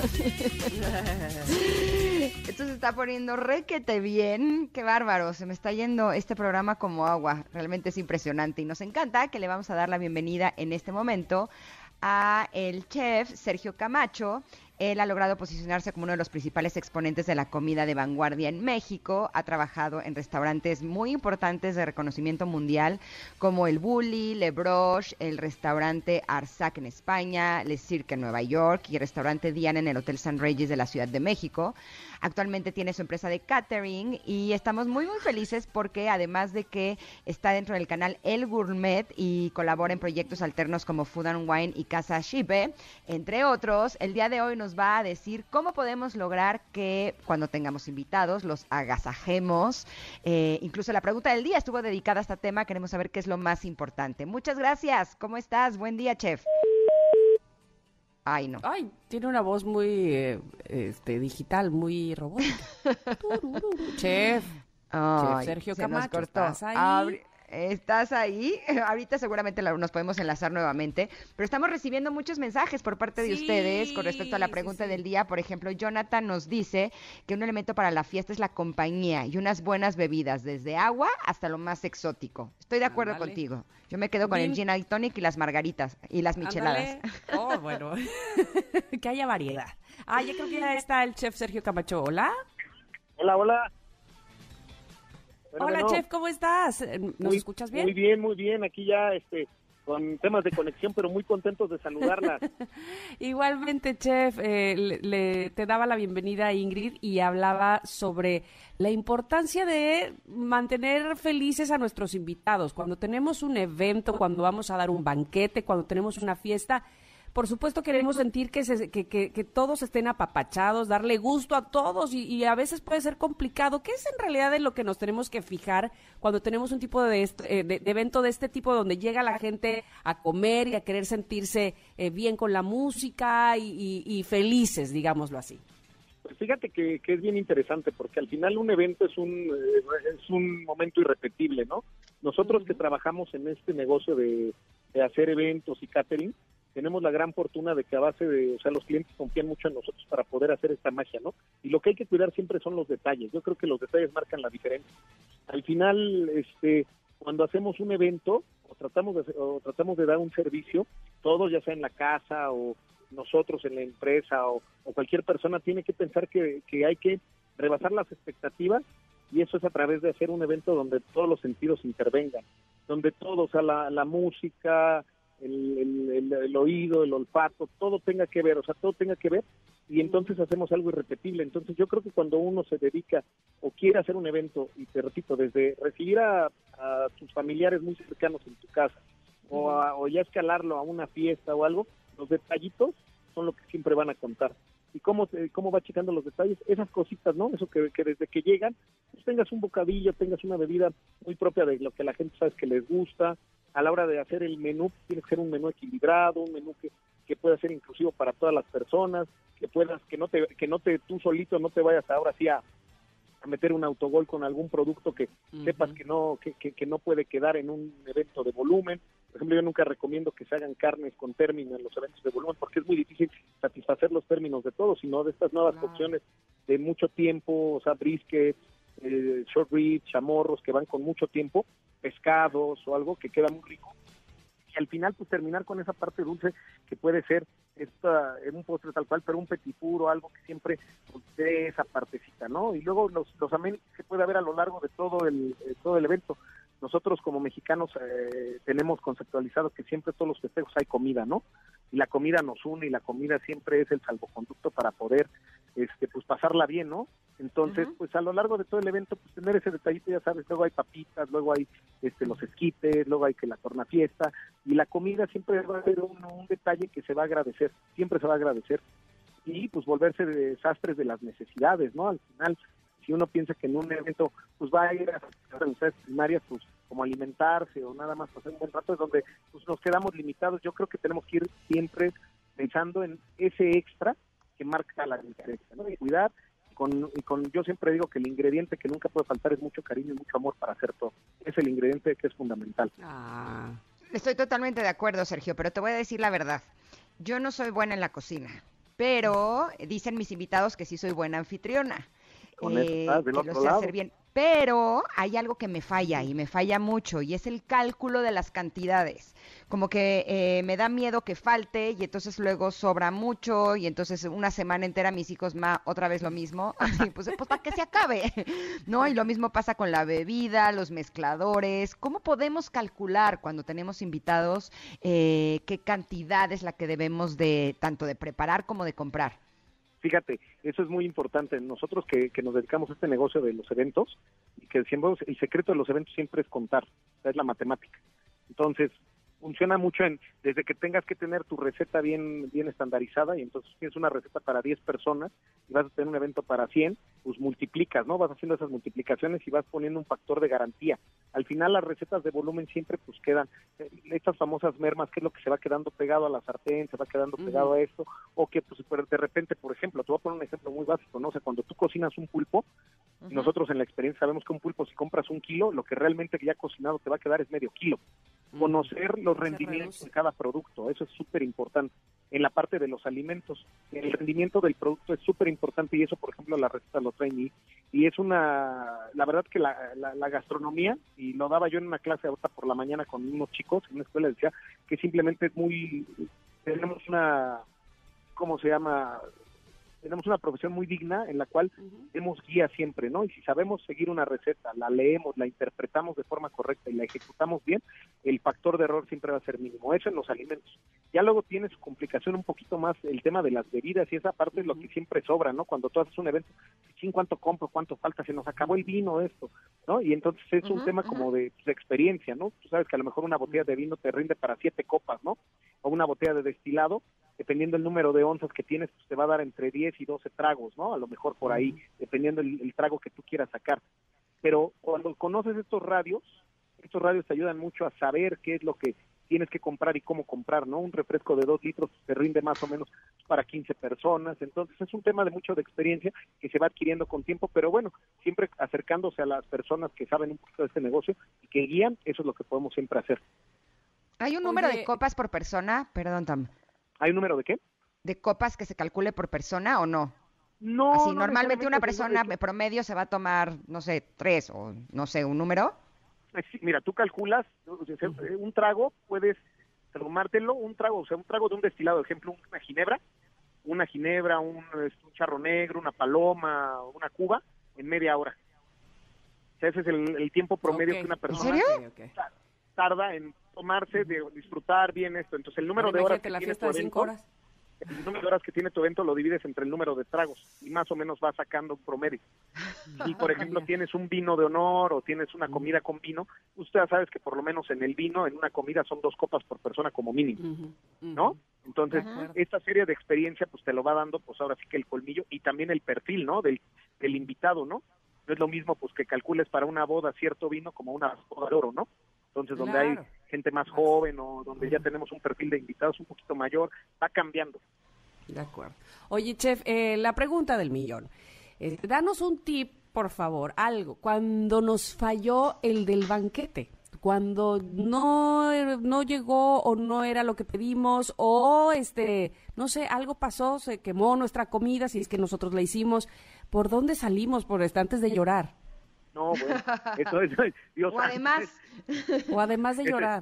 Esto se está poniendo requete bien. Qué bárbaro, se me está yendo este programa como agua. Realmente es impresionante y nos encanta que le vamos a dar la bienvenida en este momento a el chef Sergio Camacho. Él ha logrado posicionarse como uno de los principales exponentes de la comida de vanguardia en México. Ha trabajado en restaurantes muy importantes de reconocimiento mundial, como el Bulli, Le Broche, el restaurante Arsac en España, Le Cirque en Nueva York y el restaurante Diana en el Hotel San Regis de la Ciudad de México. Actualmente tiene su empresa de catering y estamos muy muy felices porque además de que está dentro del canal El Gourmet y colabora en proyectos alternos como Food and Wine y Casa Shipe, entre otros, el día de hoy nos va a decir cómo podemos lograr que cuando tengamos invitados los agasajemos. Eh, incluso la pregunta del día estuvo dedicada a este tema, queremos saber qué es lo más importante. Muchas gracias, ¿cómo estás? Buen día, chef. Ay, no. Ay, tiene una voz muy eh, este, digital, muy robótica. Chef. Ay, Chef Sergio se Camacho, nos cortó. ¿estás ahí? Abri- ¿Estás ahí? Ahorita seguramente la- nos podemos enlazar nuevamente, pero estamos recibiendo muchos mensajes por parte de Sí, ustedes con respecto a la pregunta sí, sí. del día. Por ejemplo, Jonathan nos dice que un elemento para la fiesta es la compañía y unas buenas bebidas, desde agua hasta lo más exótico. Estoy de acuerdo Ándale. contigo. Yo me quedo con Bien. el gin and tonic y las margaritas y las micheladas. Ándale. Oh, bueno. Que haya variedad. Ah, ya creo que ya está el chef Sergio Camacho. Hola. Hola, hola. Bueno, Hola, bueno, chef, ¿cómo estás? ¿Nos muy- escuchas bien? Muy bien, muy bien. Aquí ya este, con temas de conexión, pero muy contentos de saludarla. Igualmente, chef, eh, le, le- te daba la bienvenida a Ingrid y hablaba sobre la importancia de mantener felices a nuestros invitados. Cuando tenemos un evento, cuando vamos a dar un banquete, cuando tenemos una fiesta, por supuesto queremos sentir que, se, que, que, que todos estén apapachados, darle gusto a todos y, y a veces puede ser complicado. ¿Qué es en realidad de lo que nos tenemos que fijar cuando tenemos un tipo de, est- eh, de, de evento de este tipo donde llega la gente a comer y a querer sentirse eh, bien con la música y, y, y felices, digámoslo así? Pues fíjate que, que es bien interesante porque al final un evento es un eh, es un momento irrepetible, ¿no? Nosotros que trabajamos en este negocio de, de hacer eventos y catering, tenemos la gran fortuna de que a base de, o sea, los clientes confían mucho en nosotros para poder hacer esta magia, ¿no? Y lo que hay que cuidar siempre son los detalles. Yo creo que los detalles marcan la diferencia. Al final, este, cuando hacemos un evento o tratamos de, o tratamos de dar un servicio, todos, ya sea en la casa o nosotros en la empresa o, o cualquier persona, tiene que pensar que, que hay que rebasar las expectativas, y eso es a través de hacer un evento donde todos los sentidos intervengan, donde todo, o sea, la, la música, el, el, el, el oído, el olfato, todo tenga que ver, o sea, todo tenga que ver, y entonces hacemos algo irrepetible. Entonces yo creo que cuando uno se dedica o quiere hacer un evento, y te repito, desde recibir a, a tus familiares muy cercanos en tu casa, o, a, o ya escalarlo a una fiesta o algo, los detallitos son lo que siempre van a contar. ¿Y cómo, te, cómo va checando los detalles? Esas cositas, ¿no? Eso que, que desde que llegan, pues tengas un bocadillo, tengas una bebida muy propia de lo que la gente sabe que les gusta. A la hora de hacer el menú, tiene que ser un menú equilibrado, un menú que, que pueda ser inclusivo para todas las personas, que puedas, que no te, que no te, tú solito no te vayas ahora sí a, a meter un autogol con algún producto que uh-huh. sepas que no, que, que, que no puede quedar en un evento de volumen. Por ejemplo, yo nunca recomiendo que se hagan carnes con término en los eventos de volumen porque es muy difícil satisfacer los términos de todos, sino de estas nuevas wow. opciones de mucho tiempo, o sea, brisket, eh, short ribs, chamorros que van con mucho tiempo, pescados o algo que queda muy rico. y al final pues terminar con esa parte dulce que puede ser esta, un postre tal cual, pero un petit four o algo que siempre pues, dé esa partecita, ¿no? Y luego los, los amenities que puede haber a lo largo de todo el, eh, todo el evento. Nosotros como mexicanos eh, tenemos conceptualizado que siempre todos los festejos hay comida, ¿no? Y la comida nos une y la comida siempre es el salvoconducto para poder este pues pasarla bien, ¿no? Entonces, uh-huh. pues a lo largo de todo el evento, pues tener ese detallito, ya sabes, luego hay papitas, luego hay este los esquites, luego hay que la tornafiesta, y la comida siempre va a ser un, un detalle que se va a agradecer, siempre se va a agradecer, y pues volverse desastres de las necesidades, ¿no? Al final, si uno piensa que en un evento pues va a ir a las necesidades primarias, pues como alimentarse o nada más pasar un buen rato, es donde pues nos quedamos limitados. Yo creo que tenemos que ir siempre pensando en ese extra que marca la diferencia, ¿no? Y cuidar, y con, y con yo siempre digo que el ingrediente que nunca puede faltar es mucho cariño y mucho amor para hacer todo. Es el ingrediente que es fundamental. Ah. Estoy totalmente de acuerdo, Sergio, pero te voy a decir la verdad. Yo no soy buena en la cocina, pero dicen mis invitados que sí soy buena anfitriona. Con eh, eso, que lo sé lado. hacer bien. Pero hay algo que me falla y me falla mucho y es el cálculo de las cantidades. Como que eh, me da miedo que falte y entonces luego sobra mucho y entonces una semana entera mis hijos, ma, otra vez lo mismo. Así, pues, pues para que se acabe, ¿no? Y lo mismo pasa con la bebida, los mezcladores. ¿Cómo podemos calcular cuando tenemos invitados eh, qué cantidad es la que debemos de tanto de preparar como de comprar? Fíjate, eso es muy importante. Nosotros que, que nos dedicamos a este negocio de los eventos, y que siempre el secreto de los eventos siempre es contar, o sea, es la matemática. Entonces, funciona mucho en desde que tengas que tener tu receta bien bien estandarizada, y entonces tienes una receta para diez personas y vas a tener un evento para cien, pues multiplicas, ¿no? Vas haciendo esas multiplicaciones y vas poniendo un factor de garantía. Al final las recetas de volumen siempre pues quedan, eh, estas famosas mermas, que es lo que se va quedando pegado a la sartén, se va quedando uh-huh. pegado a esto, o que pues de repente, por ejemplo, te voy a poner un ejemplo muy básico, ¿no? O sea, cuando tú cocinas un pulpo, uh-huh. nosotros en la experiencia sabemos que un pulpo, si compras un kilo, lo que realmente ya cocinado te va a quedar es medio kilo. Uh-huh. Conocer los rendimientos de cada producto, eso es súper importante. En la parte de los alimentos, el rendimiento del producto es súper importante, y eso, por ejemplo, la receta lo traen, y, y es una, la verdad que la, la, la gastronomía, y lo daba yo en una clase ahorita por la mañana con unos chicos en una escuela, decía que simplemente es muy, tenemos una, ¿cómo se llama?, tenemos una profesión muy digna en la cual uh-huh. tenemos guía siempre, ¿no? Y si sabemos seguir una receta, la leemos, la interpretamos de forma correcta y la ejecutamos bien, el factor de error siempre va a ser mínimo. Eso en los alimentos. Ya luego tiene su complicación un poquito más el tema de las bebidas, y esa parte uh-huh. es lo que siempre sobra, ¿no? Cuando tú haces un evento, ¿sí, cuánto compro, cuánto falta? Se nos acabó el vino, esto, ¿no? Y entonces es uh-huh, un tema uh-huh. como de, de experiencia, ¿no? Tú sabes que a lo mejor una botella de vino te rinde para siete copas, ¿no? O una botella de destilado, dependiendo del número de onzas que tienes, pues te va a dar entre diez y doce tragos, ¿no? A lo mejor por ahí, dependiendo el, el trago que tú quieras sacar. Pero cuando conoces estos radios, estos radios te ayudan mucho a saber qué es lo que tienes que comprar y cómo comprar, ¿no? Un refresco de dos litros te rinde más o menos para quince personas. Entonces es un tema de mucho de experiencia que se va adquiriendo con tiempo, pero bueno, siempre acercándose a las personas que saben un poquito de este negocio y que guían, eso es lo que podemos siempre hacer. ¿Hay un número Oye, de copas por persona? Perdón, Tam. ¿Hay un número de qué? ¿De copas que se calcule por persona o no? No. Así, no normalmente una persona no, promedio se va a tomar, no sé, tres o no sé, un número. Sí, mira, tú calculas, un trago, puedes tomártelo, un trago, o sea, un trago de un destilado, por ejemplo, una ginebra, una ginebra, un, un charro negro, una paloma, una cuba, en media hora. O sea, ese es el, el tiempo promedio okay. que una persona ¿En serio? Okay, okay. tarda en tomarse, de disfrutar bien esto. Entonces, el número de horas que la tiene fiesta tu de cinco evento, horas. el número de horas que tiene tu evento lo divides entre el número de tragos y más o menos vas sacando un promedio. Si, por ejemplo, tienes un vino de honor o tienes una comida con vino, usted ya sabes que por lo menos en el vino, en una comida son dos copas por persona como mínimo, ¿no? Entonces, uh-huh. esta serie de experiencia pues te lo va dando, pues ahora sí que el colmillo y también el perfil, ¿no? Del, del invitado, ¿no? No es lo mismo pues que calcules para una boda cierto vino como una boda de oro, ¿no? Entonces, donde claro. hay gente más joven o donde ya tenemos un perfil de invitados un poquito mayor, va cambiando. De acuerdo. Oye, chef, eh, la pregunta del millón. Eh, danos un tip, por favor, algo. Cuando nos falló el del banquete, cuando no, no llegó o no era lo que pedimos o, este, no sé, algo pasó, se quemó nuestra comida, si es que nosotros la hicimos, ¿por dónde salimos por este, antes de llorar? No, bueno, eso es, Dios o además, o además de llorar.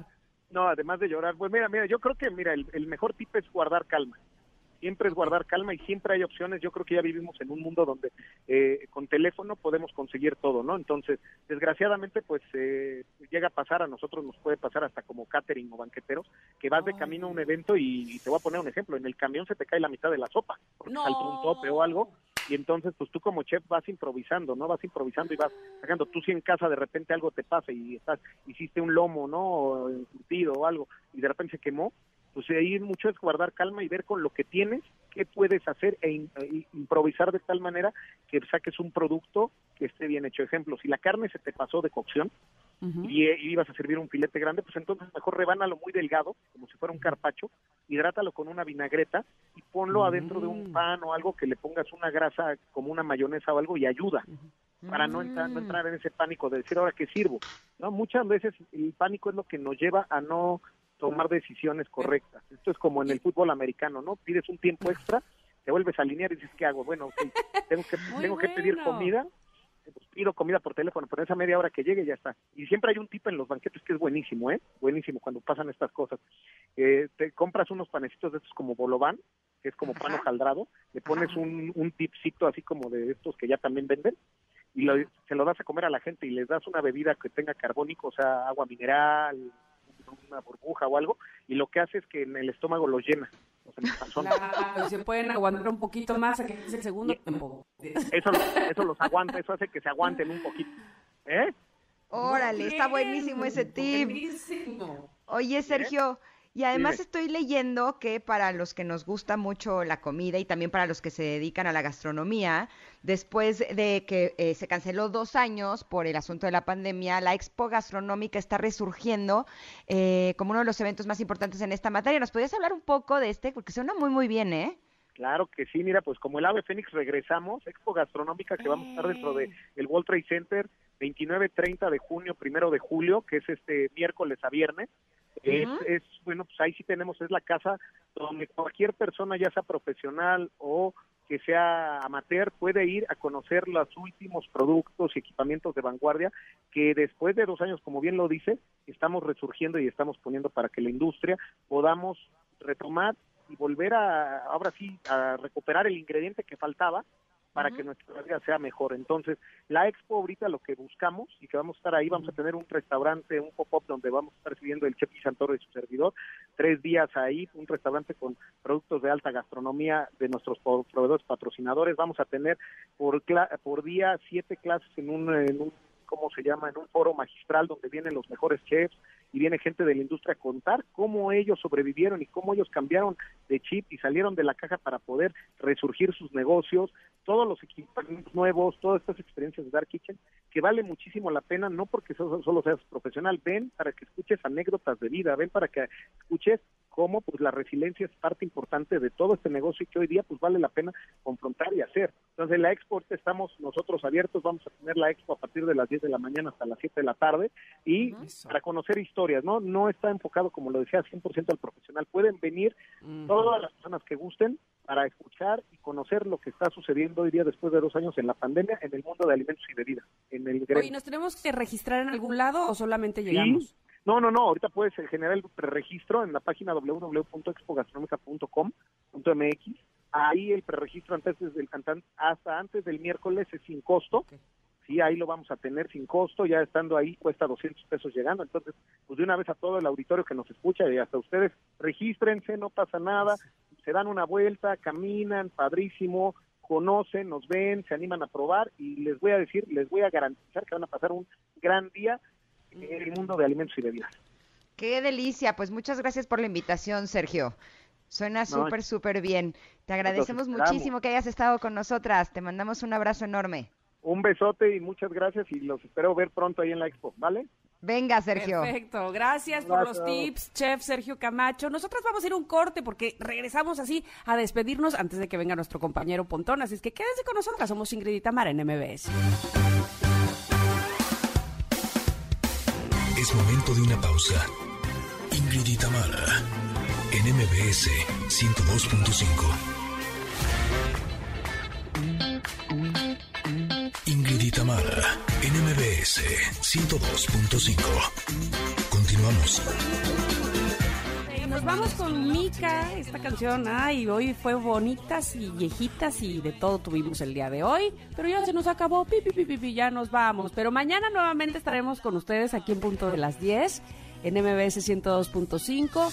No, además de llorar, pues mira, mira, yo creo que, mira, el, el mejor tip es guardar calma. Siempre es guardar calma y siempre hay opciones. Yo creo que ya vivimos en un mundo donde eh, con teléfono podemos conseguir todo, ¿no? Entonces, desgraciadamente, pues eh, llega a pasar, a nosotros nos puede pasar hasta como catering o banqueteros, que vas de camino a un evento y, y te voy a poner un ejemplo, en el camión se te cae la mitad de la sopa, porque no. saltó un tope o algo, y entonces pues tú como chef vas improvisando, ¿no? Vas improvisando y vas sacando. Tú si en casa de repente algo te pasa y estás hiciste un lomo, ¿no? O encurtido o algo, y de repente se quemó, pues ahí mucho es guardar calma y ver con lo que tienes qué puedes hacer e, in, e improvisar de tal manera que saques un producto que esté bien hecho. Ejemplo, si la carne se te pasó de cocción uh-huh. y, y ibas a servir un filete grande, pues entonces mejor rebánalo muy delgado, como si fuera un carpaccio, hidrátalo con una vinagreta y ponlo uh-huh. adentro de un pan o algo, que le pongas una grasa como una mayonesa o algo y ayuda. Uh-huh. Para no entrar, no entrar en ese pánico de decir, ahora qué sirvo. ¿No? Muchas veces el pánico es lo que nos lleva a no tomar decisiones correctas. Esto es como en el fútbol americano, ¿no? Pides un tiempo extra, te vuelves a alinear y dices, ¿qué hago? Bueno, okay, tengo que tengo bueno. que pedir comida, pues pido comida por teléfono, pero esa media hora que llegue ya está. Y siempre hay un tipo en los banquetes que es buenísimo, ¿eh? Buenísimo cuando pasan estas cosas. Eh, te compras unos panecitos de estos como bolobán, que es como pan hojaldrado, le pones un, un tipcito así como de estos que ya también venden, y lo, se lo das a comer a la gente y les das una bebida que tenga carbónico, o sea, agua mineral, una burbuja o algo, y lo que hace es que en el estómago lo llena. O sea, en el panzón. Claro, se pueden aguantar un poquito más a que es el segundo tiempo. Eso, eso los aguanta, eso hace que se aguanten un poquito. ¿Eh? Órale, está buenísimo ese tip. Buenísimo. Oye, Sergio, y además Dime. estoy leyendo que para los que nos gusta mucho la comida y también para los que se dedican a la gastronomía, después de que eh, se canceló dos años por el asunto de la pandemia, la Expo Gastronómica está resurgiendo eh, como uno de los eventos más importantes en esta materia. ¿Nos podrías hablar un poco de este? Porque suena muy, muy bien, ¿eh? Claro que sí, mira, pues como el ave fénix regresamos, Expo Gastronómica que vamos a estar dentro de el World Trade Center, veintinueve, treinta de junio, primero de julio, que es este miércoles a viernes. Es, uh-huh. es, bueno, pues ahí sí tenemos, es la casa donde cualquier persona, ya sea profesional o que sea amateur, puede ir a conocer los últimos productos y equipamientos de vanguardia que después de dos años, como bien lo dice, estamos resurgiendo y estamos poniendo para que la industria podamos retomar y volver a, ahora sí, a recuperar el ingrediente que faltaba para uh-huh. que nuestra vida sea mejor. Entonces, la Expo ahorita lo que buscamos, y que vamos a estar ahí, vamos a tener un restaurante, un pop-up donde vamos a estar recibiendo el chef Santoro y su servidor, tres días ahí, un restaurante con productos de alta gastronomía de nuestros proveedores patrocinadores. Vamos a tener por por día siete clases en un, en un ¿cómo se llama?, en un foro magistral donde vienen los mejores chefs y viene gente de la industria a contar cómo ellos sobrevivieron y cómo ellos cambiaron de chip y salieron de la caja para poder resurgir sus negocios, todos los equipamientos nuevos, todas estas experiencias de Dark Kitchen, que vale muchísimo la pena, no porque solo, solo seas profesional, ven para que escuches anécdotas de vida, ven para que escuches cómo pues la resiliencia es parte importante de todo este negocio y que hoy día pues vale la pena confrontar y hacer. Entonces la Expo, estamos nosotros abiertos, vamos a tener la Expo a partir de las diez de la mañana hasta las siete de la tarde y uh-huh. para conocer historias, ¿no? No está enfocado, como lo decía, cien por ciento al profesional. Pueden venir uh-huh. todas las personas que gusten para escuchar y conocer lo que está sucediendo hoy día después de dos años en la pandemia en el mundo de alimentos y bebidas. En el Oye, ¿nos tenemos que registrar en algún lado o solamente llegamos? Sí. No, no, no, ahorita puedes generar el preregistro en la página doble u doble u doble u punto expo gastronómica punto com punto m x. Ahí el preregistro antes del hasta antes del miércoles es sin costo. Okay. Sí, ahí lo vamos a tener sin costo, ya estando ahí cuesta doscientos pesos llegando. Entonces, pues de una vez a todo el auditorio que nos escucha y hasta ustedes, regístrense, no pasa nada, se dan una vuelta, caminan, padrísimo, conocen, nos ven, se animan a probar y les voy a decir, les voy a garantizar que van a pasar un gran día en el mundo de alimentos y bebidas. ¡Qué delicia! Pues muchas gracias por la invitación, Sergio. Suena súper, no, súper bien. Te agradecemos muchísimo que hayas estado con nosotras. Te mandamos un abrazo enorme. Un besote y muchas gracias y los espero ver pronto ahí en la Expo, ¿vale? Venga, Sergio. Perfecto, gracias por los tips, chef Sergio Camacho. Nosotros vamos a ir a un corte porque regresamos así a despedirnos antes de que venga nuestro compañero Pontón, así es que quédense con nosotras, somos Ingrid y Tamara en M B S. Es momento de una pausa. Ingrid y Tamara en M B S ciento dos punto cinco. Ingrid y Tamara en M B S ciento dos punto cinco. Continuamos. Nos vamos con Mika, esta canción, ay, hoy fue bonitas y viejitas y de todo tuvimos el día de hoy, pero ya se nos acabó, pi, pi, pi, pi, ya nos vamos, pero mañana nuevamente estaremos con ustedes aquí en punto de las diez, en M B S ciento dos punto cinco.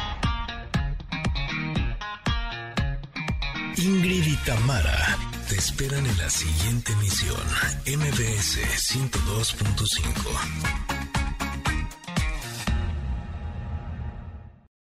Ingrid y Tamara te esperan en la siguiente emisión, M B S ciento dos punto cinco.